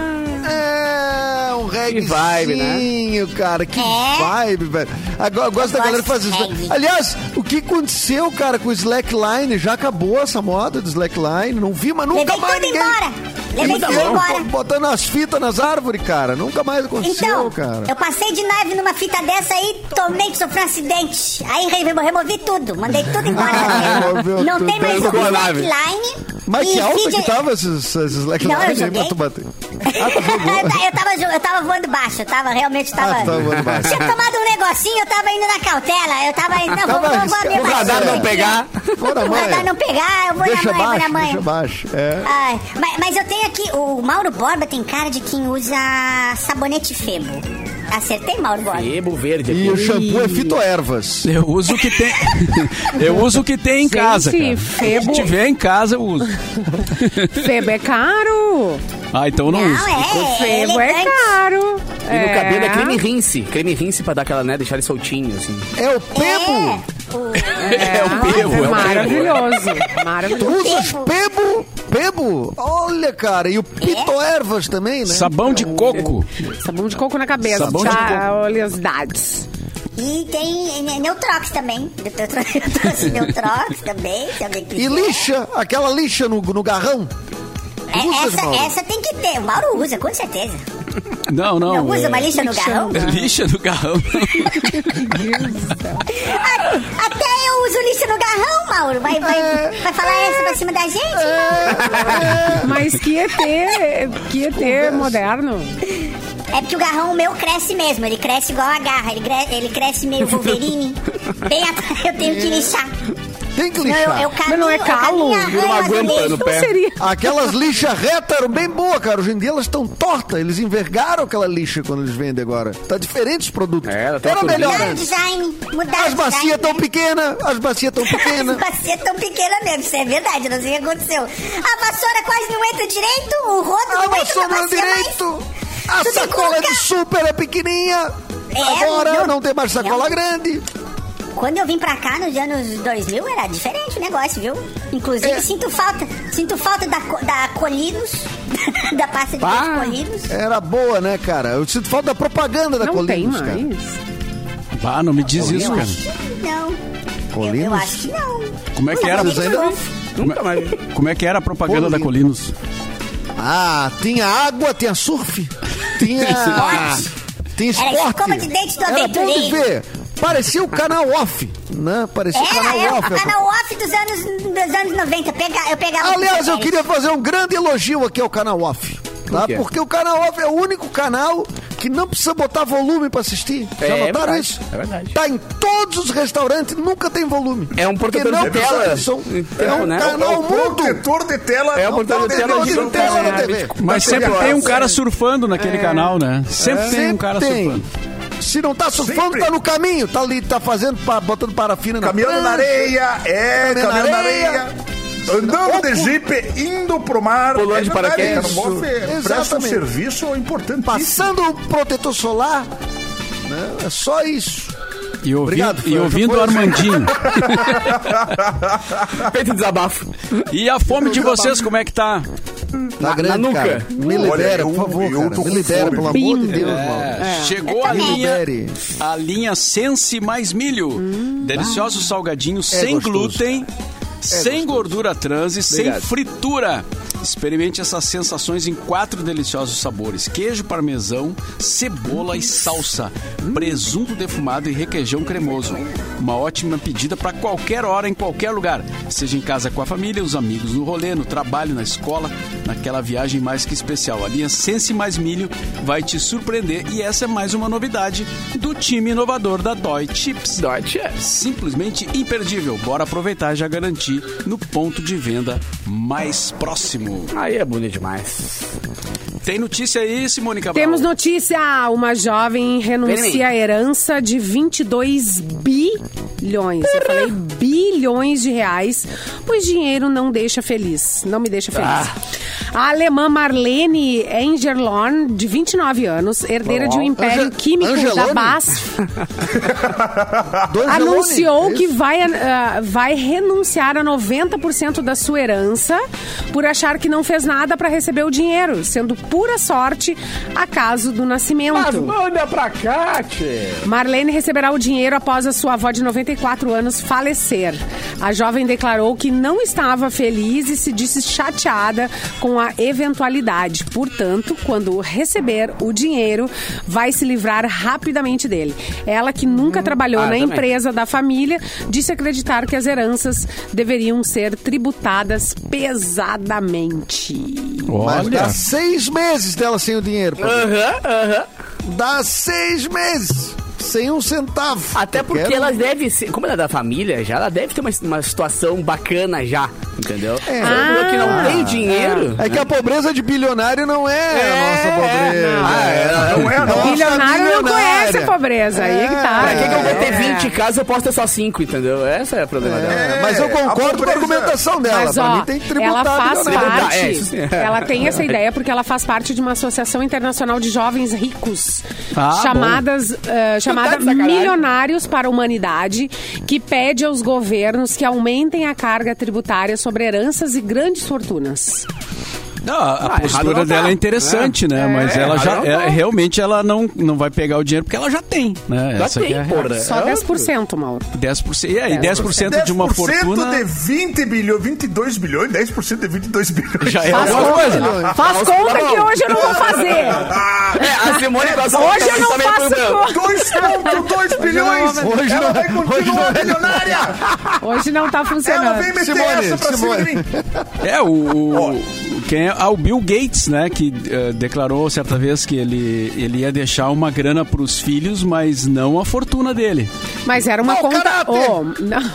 É, um reggaezinho, vibe, né? cara. Que É. vibe, velho. Agora, eu gosto da Eu galera que gosto faz de isso. reggae. Aliás, o que aconteceu, cara, com o slackline? Já acabou essa moda do slackline. Não vi, mas nunca Levei mais tudo ninguém... embora. Levei Muito tudo bom. embora. Botando as fitas nas árvores, cara. Nunca mais aconteceu, Então, cara. eu passei de nave numa fita dessa aí, tomei que sofri um acidente. Aí re- removi tudo, mandei tudo embora. Ah, removeu Não tudo. tem mais Jogou a nave. slackline. Mas e que alta feed- que tava esses, esses slackline Não, eu aí joguei. pra tu bater? Ah, tu jogou. eu, tava, jo- eu tava voando baixo, eu tava realmente tava. Ah, tu tava voando baixo. Tinha tomado um negocinho, eu tava indo na cautela. Eu tava indo. Não, vou, Tava vou, vou abrir arriscando. a O radar baixinha não aqui. pegar. Vou na O radar manha. não pegar, eu vou Deixa na manha, baixo, vou na manha. deixa baixo. É. Ai, mas, mas eu tenho aqui, o Mauro Borba tem cara de quem usa sabonete Febo. Acertei, Mauro Borba? Febo verde E aqui. o shampoo é fitoervas. Eu uso o que tem. Eu uso o que tem em casa, cara. Febo- Se tiver em casa, eu uso. Febo é caro. Ah, então eu não, Não, uso. é, é Febo é elegante. caro. E no É. cabelo é creme rinse. Creme rinse pra dar aquela, né, deixar ele soltinho, assim. É o pebo? O- É o pebo, é o Maravilhoso. Tu Maravilhoso. usas pebo? Pebo? Olha, cara. E o pitoervas também, né? Sabão de coco. Sabão de coco na cabeça. Sabão de tá? Oleosidades. E tem ne- Neutrox também. Eu trou- eu trouxe Neutrox também. Se alguém quiser. E lixa, aquela lixa no, no garrão. É, Usas, essa, Mauro? essa tem que ter. O Mauro usa, com certeza. Não, não. Não usa é- uma lixa no garrão? Lixa no garrão. A- Até eu uso lixa no garrão, Mauro. Vai, vai, vai falar essa pra cima da gente? Mas que E T, que E T moderno. É porque o garrão meu cresce mesmo. Ele cresce igual a garra. Ele, cre- ele cresce meio Wolverine. Bem atrás, eu tenho que lixar. Tem que Não, eu, lixar. eu caminho, Mas não é eu calo? caminho, Vira uma arranho guampa azulejo. no Não pé. seria. Aquelas lixas retas eram bem boas, cara. Hoje em dia elas estão tortas. Eles envergaram aquela lixa quando eles vendem agora. Tá diferente os produtos. É, ela tá Era tudo melhor Mudaram o antes. design. Mudaram As o bacias design. tão pequenas. As bacias tão As pequenas. bacias tão pequenas mesmo, isso é verdade, eu não sei o que aconteceu. A vassoura quase não entra direito, o rodo A não entra na vassoura bacia direito. A Tu tem que sacola colocar- de super é pequenininha. É, Agora não- não tem mais sacola não. grande. mais. Quando eu vim pra cá nos anos dois mil, era diferente o negócio, viu? Inclusive, É. sinto falta. Sinto falta da, co- da Colinos, da pasta de Pá. dente Colinos. Era boa, né, cara? Eu sinto falta da propaganda da Não tem Colinos, cara. mais. Ah, não me diz isso, cara. Não. Eu, Colinos? eu acho que não. Como é que era? Vocês ainda- Nunca mais. Como é que era a propaganda da Colinos. Colinos? Ah, tinha água, tinha surf, tinha. tinha Era esporte. escova de dente do Era bom de aventureiro. ver. Parecia o canal off, né? Parecia o Era, canal era o off. canal off dos anos, dos anos noventa. Pega, eu pegava Aliás, eu muito queria fazer um grande elogio aqui ao canal off. Tá? quê? Porque o canal off é o único canal que não precisa botar volume pra assistir. Já É notaram verdade, isso? é verdade. Tá em todos os restaurantes, nunca tem volume. É um Porque protetor não de tela. precisa de som. É um né? É canal o mudo. protetor de tela. É o protetor de tela Protetor de tela na T V. Mas Da sempre T V tem um aberta. cara surfando naquele canal, né? Sempre tem um cara tem. surfando. Se não tá surfando, Sempre. tá no caminho. Tá ali, tá fazendo, pa- botando parafina na Caminhando na prancha. areia, é, Caminhando caminhando na na areia. areia. Andando de jipe, indo pro mar. Pulando de verdade, paraquedas. cara, o Boff presta um Exatamente. serviço importantíssimo. Passando o protetor solar, né? É só isso. E, ouvi, Obrigado, e Fran. ouvindo o Foi- Armandinho. Feito desabafo. E a fome de vocês, como é que tá? Tá grande, na nuca. cara. Me Olha, libera, eu- por favor, eu cara. tô Me com libera, fome. pelo amor de Bim. Deus, É, mano. chegou a Me linha, libere. a linha Sense mais milho. Deliciosos salgadinhos sem gostoso, glúten, sem gordura trans e sem Obrigado. fritura. Experimente essas sensações em quatro deliciosos sabores: queijo parmesão, cebola e salsa, presunto defumado e requeijão cremoso. Uma ótima pedida para qualquer hora, em qualquer lugar. Seja em casa com a família, os amigos, no rolê, no trabalho, na escola, naquela viagem mais que especial. A linha Sense mais milho vai te surpreender e essa é mais uma novidade do time inovador da Dói Chips. Deutsche. Simplesmente imperdível. Bora aproveitar e já garantir no ponto de venda mais próximo. Aí é bonito demais. Tem notícia aí, Simone Cabral? Temos notícia. Uma jovem renuncia à herança de vinte e dois bilhões. Eu falei bilhões de reais, pois dinheiro não deixa feliz. Não me deixa feliz. Ah. A alemã Marlene Engerlorn, de vinte e nove anos, herdeira de um império Ange- químico da Angelone? BASF, Do Angelone, anunciou é que isso? vai, ah, vai renunciar a noventa por cento da sua herança por achar que não fez nada para receber o dinheiro, sendo pura sorte acaso do nascimento. manda pra cá, tchê. Marlene receberá o dinheiro após a sua avó de noventa e quatro anos falecer. A jovem declarou que não estava feliz e se disse chateada com a eventualidade. Portanto, quando receber o dinheiro, vai se livrar rapidamente dele. Ela, que nunca trabalhou ah, na também. empresa da família, disse acreditar que as heranças deveriam ser tributadas pesadamente. Mas Olha, dá seis meses dela sem o dinheiro. pô. Aham, aham. Dá seis meses sem um centavo. Até Eu porque quero- ela deve ser, como ela é da família já, ela deve ter uma, uma situação bacana já. entendeu? É. Ah, que não tem dinheiro. É que a pobreza de bilionário não é, É, a nossa pobreza. não. Ah, é, não é a nossa. Bilionário não bilionária. conhece a pobreza. Aí é que tá. Pra que, que eu vou ter É. vinte casas, eu posso ter só cinco, entendeu? Essa é a problema dela. É, mas eu a concordo com a pobreza- argumentação dela. Mas, pra ó, mim tem que tributar ela faz bilionário. parte, É, isso sim. ela tem essa ideia porque ela faz parte de uma associação internacional de jovens ricos, Ah, chamadas, eh, chamada de sacanagem. Milionários para a Humanidade, que pede aos governos que aumentem a carga tributária sobre heranças e grandes fortunas. Não, a Ah, errado postura não dela tá. é interessante, né? Mas É, ela errado já, não é, tá. realmente ela não, não vai pegar o dinheiro porque ela já tem, né? Já Essa tem, que é a porra. Só É dez por cento, Mauro. dez por cento. E aí, dez por cento de uma dez por cento fortuna de vinte bilhões, vinte e dois bilhões, dez por cento de vinte e dois bilhões. já é Faz alguma coisa. conta, faz conta que hoje eu não vou fazer. É, a Simone com essa Hoje eu não também faço problema. conta. dois vírgula dois bilhões! Hoje Ela não- vai continuar hoje não- milionária! Hoje não tá Ela funcionando. vem meter Simone, essa pra cima de Simone. mim! É, o, o, quem é, ah, o Bill Gates, né, que eh, declarou certa vez que ele, ele ia deixar uma grana pros filhos, mas não a fortuna dele. Mas era uma Mau conta. caráter! Oh, não.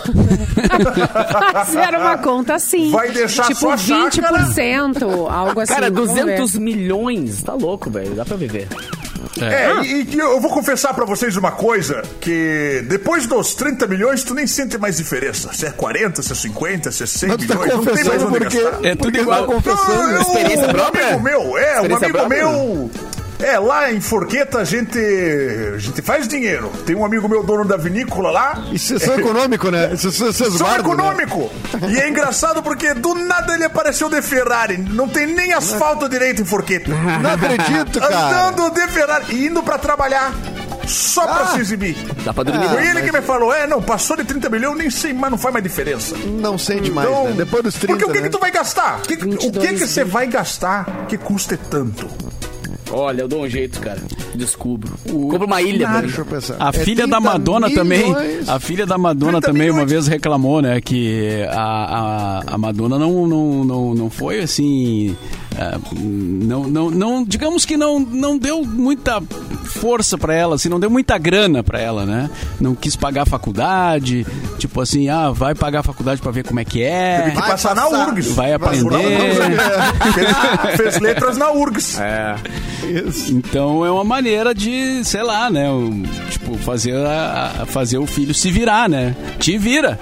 Mas era uma conta assim. Vai deixar tipo só a vinte por chácara? cento, algo assim. Cara, vamos ver. duzentos milhões. Tá louco, velho. Dá pra viver. É, e, e eu vou confessar pra vocês uma coisa, que depois dos trinta milhões, tu nem sente mais diferença. Se é quarenta, se é cinquenta, se é cem Mas tu tá milhões, não tem mais confessando onde porque... gastar. É tudo porque igual. tá confessando. Não, eu- Experiência um própria? amigo meu, é, um Experiência amigo própria? meu. É, lá em Forqueta a gente, a gente faz dinheiro. Tem um amigo meu, dono da vinícola lá. E vocês são econômicos, né? Vocês, vocês São guardam, né? econômico. E é engraçado porque do nada ele apareceu de Ferrari. Não tem nem asfalto direito em Forqueta. Não acredito, cara. Andando de Ferrari e indo pra trabalhar. Só pra Ah. se exibir. Dá pra dormir. Ah, Foi ele mas- que me falou, é, não, passou de trinta milhões, nem sei, mas não faz mais diferença. Não sente mais, né? Depois dos trinta, Porque o que, né? que tu vai gastar? Que- que- o vinte e que dois que você vai gastar que custe tanto? Olha, eu dou um jeito, cara. Descubro. Compra uma ilha, velho. Deixa eu pensar. A É filha da trinta Madonna também, milhões. a filha da Madonna trinta também uma milhões. vez reclamou, né, que a, a, a Madonna não, não, não, não foi assim, ah, não, não, não, digamos que não, não deu muita força pra ela, assim, não deu muita grana pra ela, né? Não quis pagar a faculdade, tipo assim, ah, vai pagar a faculdade pra ver como é que é. Tem que Vai passar na passar. URGS. Vai Passou na aprender. URGS. fez, fez letras na URGS. É. Então é uma maneira de, sei lá, né? o- Tipo, fazer, a, a- fazer o filho se virar, né? Te vira.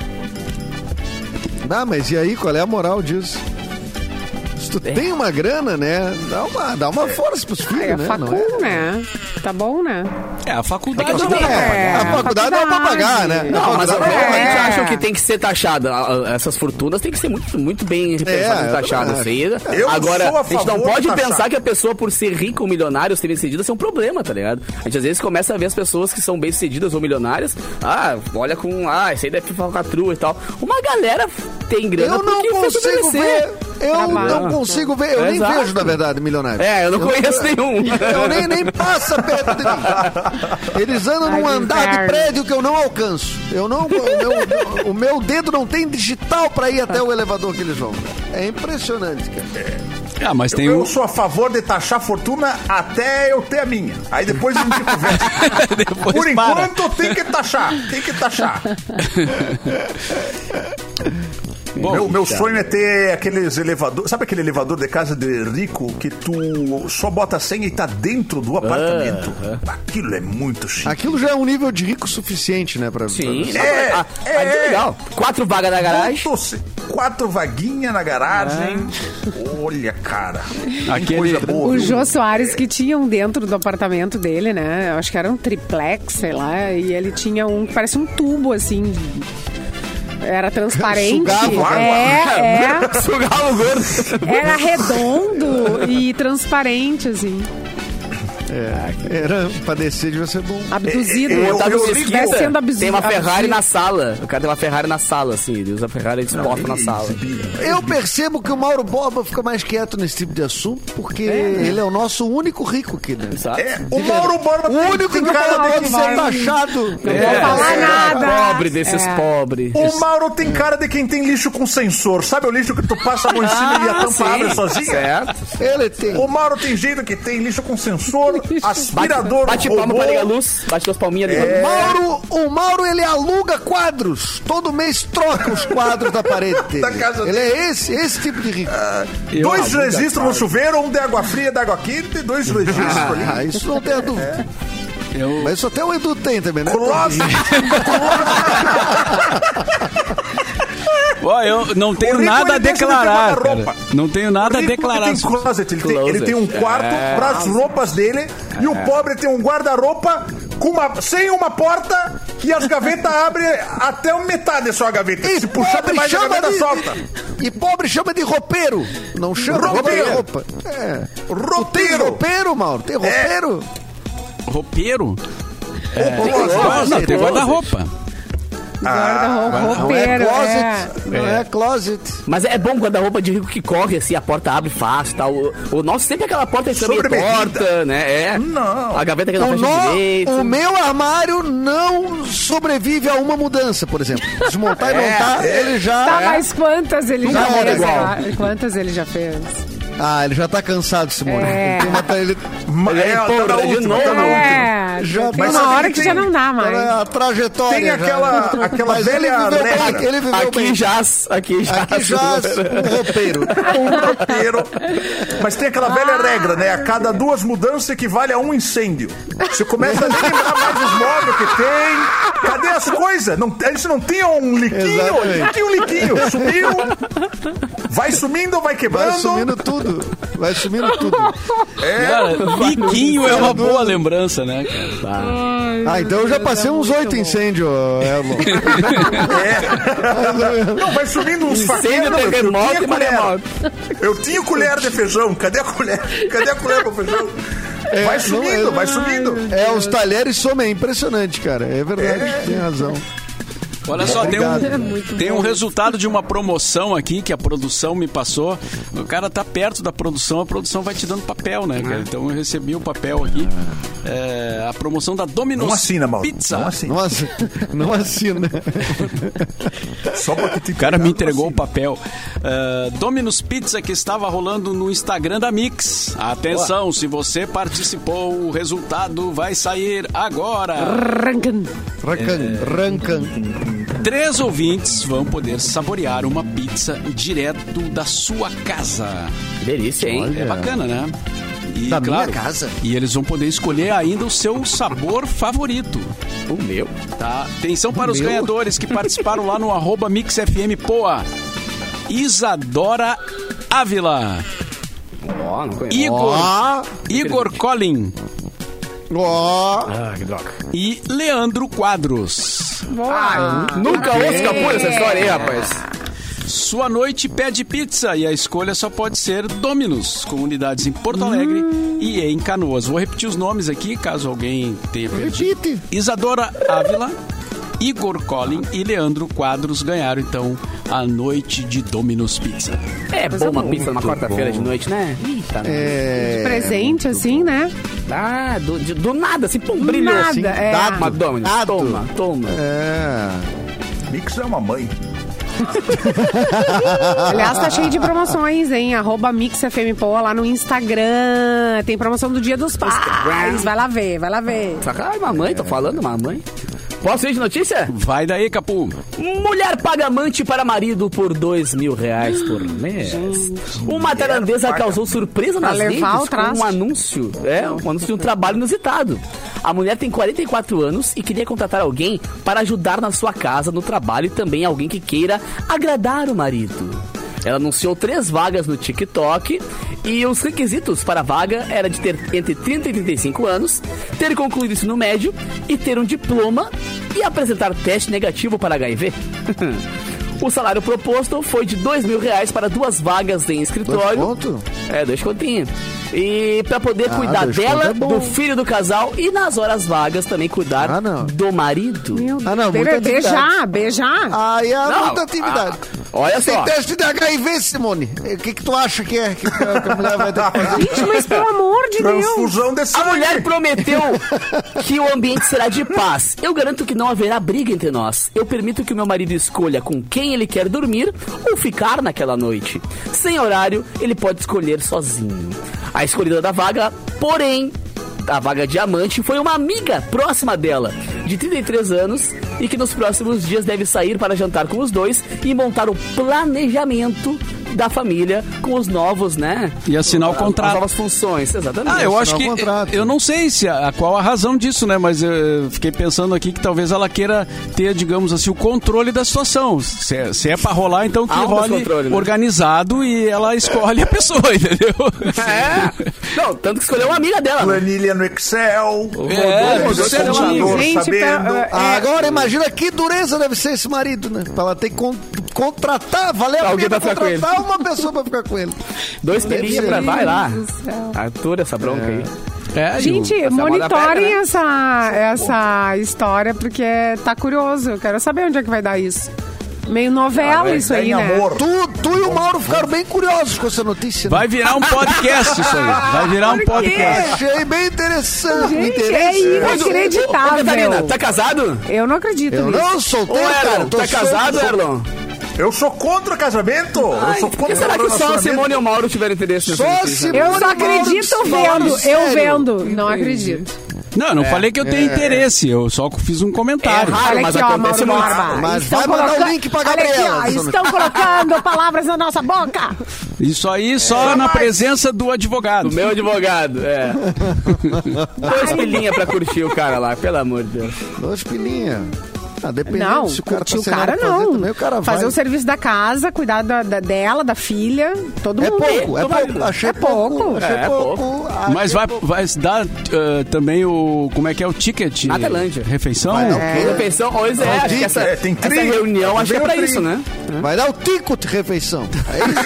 Ah, mas e aí, qual é a moral disso? Se tu tem uma grana, né? Dá uma, dá uma força pros filhos, É, né? facul, Não é? né? Tá bom, né? É, a faculdade É, não dá pra pagar. a faculdade dá pra pagar, né? Não, Não, mas eu faculdade- realmente É. acho que tem que ser taxada. A- a- Essas fortunas têm que ser muito, muito bem repensadas É, e taxadas. é. Isso aí. Eu Agora, sou a a gente não favor pode de taxar. pensar que a pessoa, por ser rica ou milionária ou ser bem-sucedida, ser um problema, tá ligado? A gente às vezes começa a ver as pessoas que são bem-sucedidas ou milionárias. Ah, olha com. Ah, isso aí deve ficar com a trua e tal. Uma galera tem grana Eu não porque fez consigo sobreviver. ver. Eu Trabalho. não consigo ver. Eu nem Exato. vejo, na verdade, milionário. É, eu não conheço nenhum. Eu nem, nem passa perto de mim. Eles andam Ai, num que andar de inferno. prédio que eu não alcanço. Eu não, o, meu, o meu dedo não tem digital pra ir até o elevador que eles vão. É impressionante, cara. Ah, mas tem Eu o... sou a favor de taxar fortuna até eu ter a minha. Aí depois a gente conversa. Depois Por para. enquanto tem que taxar. Tem que taxar. Bom, meu meu sonho é ter aqueles elevadores. Sabe aquele elevador de casa de rico que tu só bota a senha e tá dentro do apartamento? Aquilo é muito chique. Aquilo já é um nível de rico suficiente, né? Pra, Sim, pra- É, ah, é. ah, é legal. Quatro vagas na garagem. Quatro, se- quatro vaguinhas na garagem. Olha, cara. Que Aquele- coisa boa. O viu? Jô Soares que tinha um dentro do apartamento dele, né? Eu acho que era um triplex, sei lá. E ele tinha um que parece um tubo, assim. Era transparente. Sugava água. É, é. Sugar o gordo. Era redondo e transparente, assim. Era pra descer, devia ser bom. Abduzido. Eu- Tá eu no li Mesquita, Estivesse sendo abduzido. tem uma Ferrari abduzido. na sala. O cara tem uma Ferrari na sala, assim. Ele usa a Ferrari exposta na sala. Eu percebo que o Mauro Borba fica mais quieto nesse tipo de assunto, porque ele é o nosso único rico aqui, né? Sabe? É, o Mauro Borba O único que cara pode de ser taxado. Não vou falar nada. Pobre desses É. pobres. O Mauro tem cara de quem tem lixo com sensor. Sabe o lixo que tu passa a mão em cima e a tampa sim, abre sozinha? Certo. Ele tem. O Mauro tem jeito que tem lixo com sensor, aspirador, Bate robô. palma pra ligar a luz. Bate duas palminhas ali. É. Mauro, o Mauro, ele aluga quadros. Todo mês troca os quadros da parede dele. Da casa ele é esse, esse tipo de rico. Dois registros no chuveiro, um de água fria e de água quente, e dois registros ali. Ah, isso não tem a dúvida. Eu... Mas isso até o Edu tem também, né? Closet. Ó, eu não O tenho rico, nada a ele deixa de ter declarar, guarda-roupa. cara. Não tenho nada a O rico, declarar. Ele tem closet, ele tem, ele Closet. tem um quarto É. para as roupas dele e o pobre tem um guarda-roupa com uma, sem uma porta e as gavetas abrem até metade só a gaveta. Se puxar pobre demais a chama gaveta de- solta. E pobre chama de roupeiro. Não chama Roupeiro. de roupa. É. Tu tem Roteiro. roupeiro, Mauro? Tem roupeiro? Roupeiro? Closet. Não, tem guarda-roupa. Guarda-roupa, Não é roupeiro. closet. É. Não é closet. Mas é bom quando a roupa de rico que corre, assim, a porta abre fácil e tal. O, o nosso sempre é aquela porta que meio Sobremedida. torta, né? É. Não. A gaveta que não O, fecha no- direito. o meu armário não sobrevive a uma mudança, por exemplo. Desmontar e montar, ele já... Tá, mas quantas ele Nunca já roda fez? igual. Ah, Quantas ele já fez? Ah, ele já tá cansado, Simone. É. Ele tem uma- ele- É, é tá empolga na de última, novo. tá na última. É, Já- tem mas uma sabe hora que que tem- já não dá mais. a trajetória. Tem já. aquela, aquela Mas ele velha viveu bem, regra. ele viveu Aqui bem. jaz, aqui jaz. Aqui já um roupeiro. Um roteiro. Mas tem aquela velha regra, né? A cada duas mudanças equivale a um incêndio. Você começa a lembrar mais os móveis que tem. Cadê as coisas? Não, eles não tinham um liquinho? Exatamente. Não tinha um liquinho. Sumiu. Vai sumindo, vai quebrando. Vai sumindo tudo. Vai sumindo tudo. Cara, liquinho é uma boa lembrança, né, cara? Ah, então eu já passei uns oito incêndios, Elmo. É. Não, vai sumindo uns Incêndio, faquinhos. Não, eu, eu terremoto tinha e colher. maremoto. Eu tinha colher de feijão. Cadê a colher? Cadê a colher pro feijão? Vai sumindo, não é- vai sumindo. É, os talheres somem, é impressionante, cara. É verdade, tem razão. Olha só, tem um, Obrigado. tem um resultado de uma promoção aqui que a produção me passou. O cara tá perto da produção, a produção vai te dando papel, né, cara? Então eu recebi o papel aqui. É, a promoção da Domino's Não assina, Mauro. Pizza. Não assina. Nossa, não assina. Só porque te O cara me entregou o papel. Uh, Domino's Pizza que estava rolando no Instagram da Mix. Atenção, se você participou, o resultado vai sair agora. Rancan. Rancan, rancan. Três ouvintes vão poder saborear uma pizza direto da sua casa. Que delícia, hein? É bacana, né? E, Da minha casa? E eles vão poder escolher ainda o seu sabor favorito. O meu. Tá? Atenção para os Meu? ganhadores que participaram lá no arroba MixFM Poa. Isadora Ávila, Ó, não conheço. Igor, Ó, Igor Collin ó. Ah, que droga. e Leandro Quadros. Nunca ouço capô essa história aí, rapaz. Sua noite pede pizza e a escolha só pode ser Domino's, com unidades em Porto Alegre e em Canoas. Vou repetir os nomes aqui, caso alguém tenha perdido. Repite. Isadora Ávila, Igor Collin e Leandro Quadros ganharam, então, a noite de Domino's Pizza. É bom uma pizza numa quarta-feira de noite, né? Eita, É... Presente, assim, né? Ah, do, de- do nada, assim, pum, brilhou Nada, assim. é. Dado. Uma Domino's. Dado. Toma, toma. É... Mix é uma mãe. Aliás, tá cheio de promoções, hein? Arroba MixFMPoa lá no Instagram. Tem promoção do Dia dos Pais. Vai lá ver, vai lá ver. Ai, mamãe, tô falando, mamãe. Posso ir de notícia? Vai daí, Capu. Mulher paga amante para marido por dois mil reais por mês. Uma tailandesa causou surpresa Pra nas levar redes o com traste. um anúncio. É, um anúncio de um trabalho inusitado. A mulher tem quarenta e quatro anos e queria contratar alguém para ajudar na sua casa, no trabalho e também alguém que queira agradar o marido. Ela anunciou três vagas no TikTok e os requisitos para a vaga era de ter entre trinta e trinta e cinco anos, ter concluído ensino médio e ter um diploma e apresentar teste negativo para H I V. O salário proposto foi de dois mil reais para duas vagas em escritório. Dois conto? É, dois continhos. E para poder Ah, cuidar dois dela, conto é bom. do filho do casal e nas horas vagas também cuidar Ah, não. do marido. Meu Ah, não, Deus. muita Beijar, atividade. beijar. Aí é Não, muita atividade. Olha Tem só. teste de H I V, Simone. O que, que tu acha que é que a mulher vai ter que fazer? Gente, mas pelo amor de Deus. Transfusão de A sangue. mulher prometeu que o ambiente será de paz. Eu garanto que não haverá briga entre nós. Eu permito que o meu marido escolha com quem ele quer dormir ou ficar naquela noite. Sem horário, ele pode escolher sozinho. A escolhida da vaga, porém, a vaga diamante, foi uma amiga próxima dela, de trinta e três anos, e que nos próximos dias deve sair para jantar com os dois e montar o planejamento da família com os novos, né? E assinar o As contrato. novas funções, exatamente. Ah, eu acho que. o contrato. Eu não sei se a, a- qual a razão disso, né? Mas eu fiquei pensando aqui que talvez ela queira ter, digamos assim, o controle da situação. Se é, se é pra rolar, então que Há um role descontrole, né? organizado e ela escolhe a pessoa, entendeu? É. Não, tanto que escolheu uma amiga dela. Né? Planilha no Excel. É, Rodou, isso é rodou, um computador Gente, sabendo. pera- Ah, agora imagina que dureza deve ser esse marido, né? Pra ela ter que con- contratar, valeu a Alguém pena pra ficar com contratar uma pessoa pra ficar com ele. Dois pelinhos pra... Vai lá. Deus do céu. Atura essa bronca aí. É, e o- Gente, essa moda monitorem pega, né? essa, essa história, porque tá curioso. Eu quero saber onde é que vai dar isso. Meio novela Ah, isso é aí, em né? amor. Tu, tu e o Mauro ficaram bem curiosos com essa notícia. né? Vai virar um podcast isso aí. Vai virar um Por quê? podcast. Achei bem interessante. me Gente, é interessa. Ô, Catarina, inacreditável. tá casado? Eu não acredito Eu nisso. não Ô, solteiro, cara. Erlon, Tô tá casado, solto. Erlon? Eu sou contra casamento. eu Ai, sou por contra que será que só a relacionamento. Simone e o Mauro tiveram interesse nessa Só notícia? Simone. Eu só Mauro, acredito Mauro, vendo. sério. Eu vendo. Não acredito. Não, eu não falei que eu tenho interesse, eu só fiz um comentário. É raro. Olha mas aqui, ó, acontece Mauro muito. Borba. Mas Estão vai mandar o colocando- link pra Olha aqui, Gabriela, ó, dona- estão colocando palavras na nossa boca. Isso aí só na presença do advogado. O meu advogado, é. Dois pilinha pra curtir o cara lá, pelo amor de Deus. Dois pilinha. Ah, dependendo Não, se o cara curtir tá o sem nada cara pra fazer não. também, o cara Fazer vai. o serviço da casa, cuidar da, da- dela, da filha, todo É mundo. pouco, é Tô pouco. valendo. Achei É pouco. Achei É pouco. achei Mas vai, pouco. vai dar ah, também o. Como é que é o ticket? Na Tailândia. Refeição? Vai dar o É. quê? Refeição, pois é, acho que essa, É, tem essa tri. reunião acho que é Vem o pra tri. isso, né? Vai dar o tico de refeição. É isso.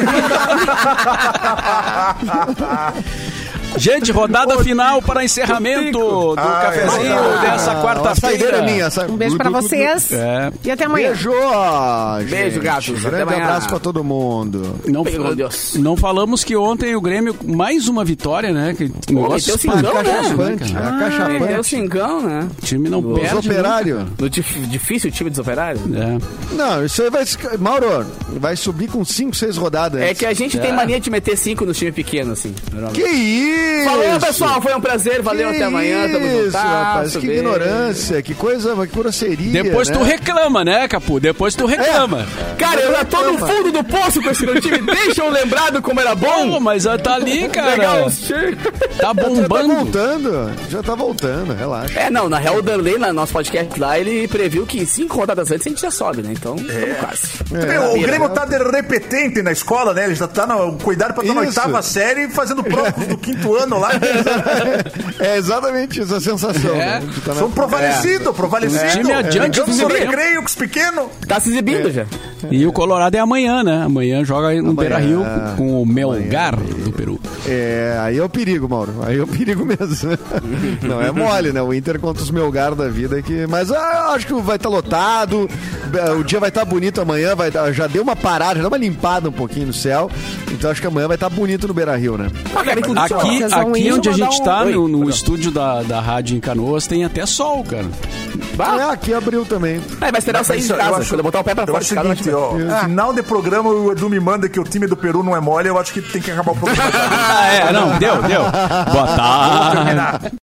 Gente, rodada final para encerramento do Ah, cafezinho é. dessa A saideira quarta-feira. é minha. sa- Um beijo pra vocês. É. E até amanhã. Beijo, ó, Beijo, gente. gatos. Até Grande amanhã. abraço pra todo mundo. Não, Pelo amor de Deus. não falamos que ontem o Grêmio, mais uma vitória, né? Que negócio meteu cincão, espantoso, né? Cachapante, cara? a cachapante. Deu cincão, né? O time não Os perde. operários. No dif- difícil time dos operários. É. Não, isso aí vai... Mauro, vai subir com cinco, seis rodadas. É que a gente tem mania de meter cinco nos times pequenos, assim. normalmente. Que isso? Falou, pessoal, foi um prazer, valeu, Que até amanhã, tamo junto. isso, rapaz, que beijo. ignorância, que coisa, que grosseria. Depois né? tu reclama, né, Capu? Depois tu reclama. Cara, eu já tô no fundo do poço com esse meu time, deixa eu lembrado como era Pô, bom. mas tá ali, cara. Legal, cheio. Tá Já tá bombando. voltando, já tá voltando, relaxa. É, não, na real o Darley, no nosso podcast lá, ele previu que cinco rodadas antes a gente já sobe, né? Então, tamo quase. Meu, o Grêmio tá de repetente na escola, né? Ele já tá no cuidado pra estar na Isso. oitava série fazendo provas do quinto ano lá. É exatamente essa sensação. É. né? Tu tá na- São provalecido, provalecido. O time adiante Jogamos do no Grêmio. recreio com os pequenos. Tá se exibindo já. E o Colorado é amanhã, né? Amanhã joga no Amanhã. Beira-Rio com o Melgar do Peru. É, aí é o perigo, Mauro. Aí é o perigo mesmo. Não é mole, né? O Inter contra os Melgar da vida que. Mas ah, acho que vai estar lotado. O dia vai estar bonito amanhã. Vai tá- já deu uma parada, já deu uma limpada um pouquinho no céu. Então acho que amanhã vai estar bonito no Beira Rio, né? Ah, cara, inclusive, Aqui, Vocês vão aqui ir, onde a mandar gente um- tá, Oi, no, no perdão. estúdio da, da rádio em Canoas, tem até sol, cara. Bah, É, aqui abriu também. é, vai esperar eu sair de Eu casa. acho- Quando eu botar o pé pra Eu fora acho de o casa, vai seguinte, te- ó. Final de programa, o Edu me manda que o time do Peru não é mole. Eu acho que tem que acabar o programa. Ah, é, não, deu, deu. Boa tarde.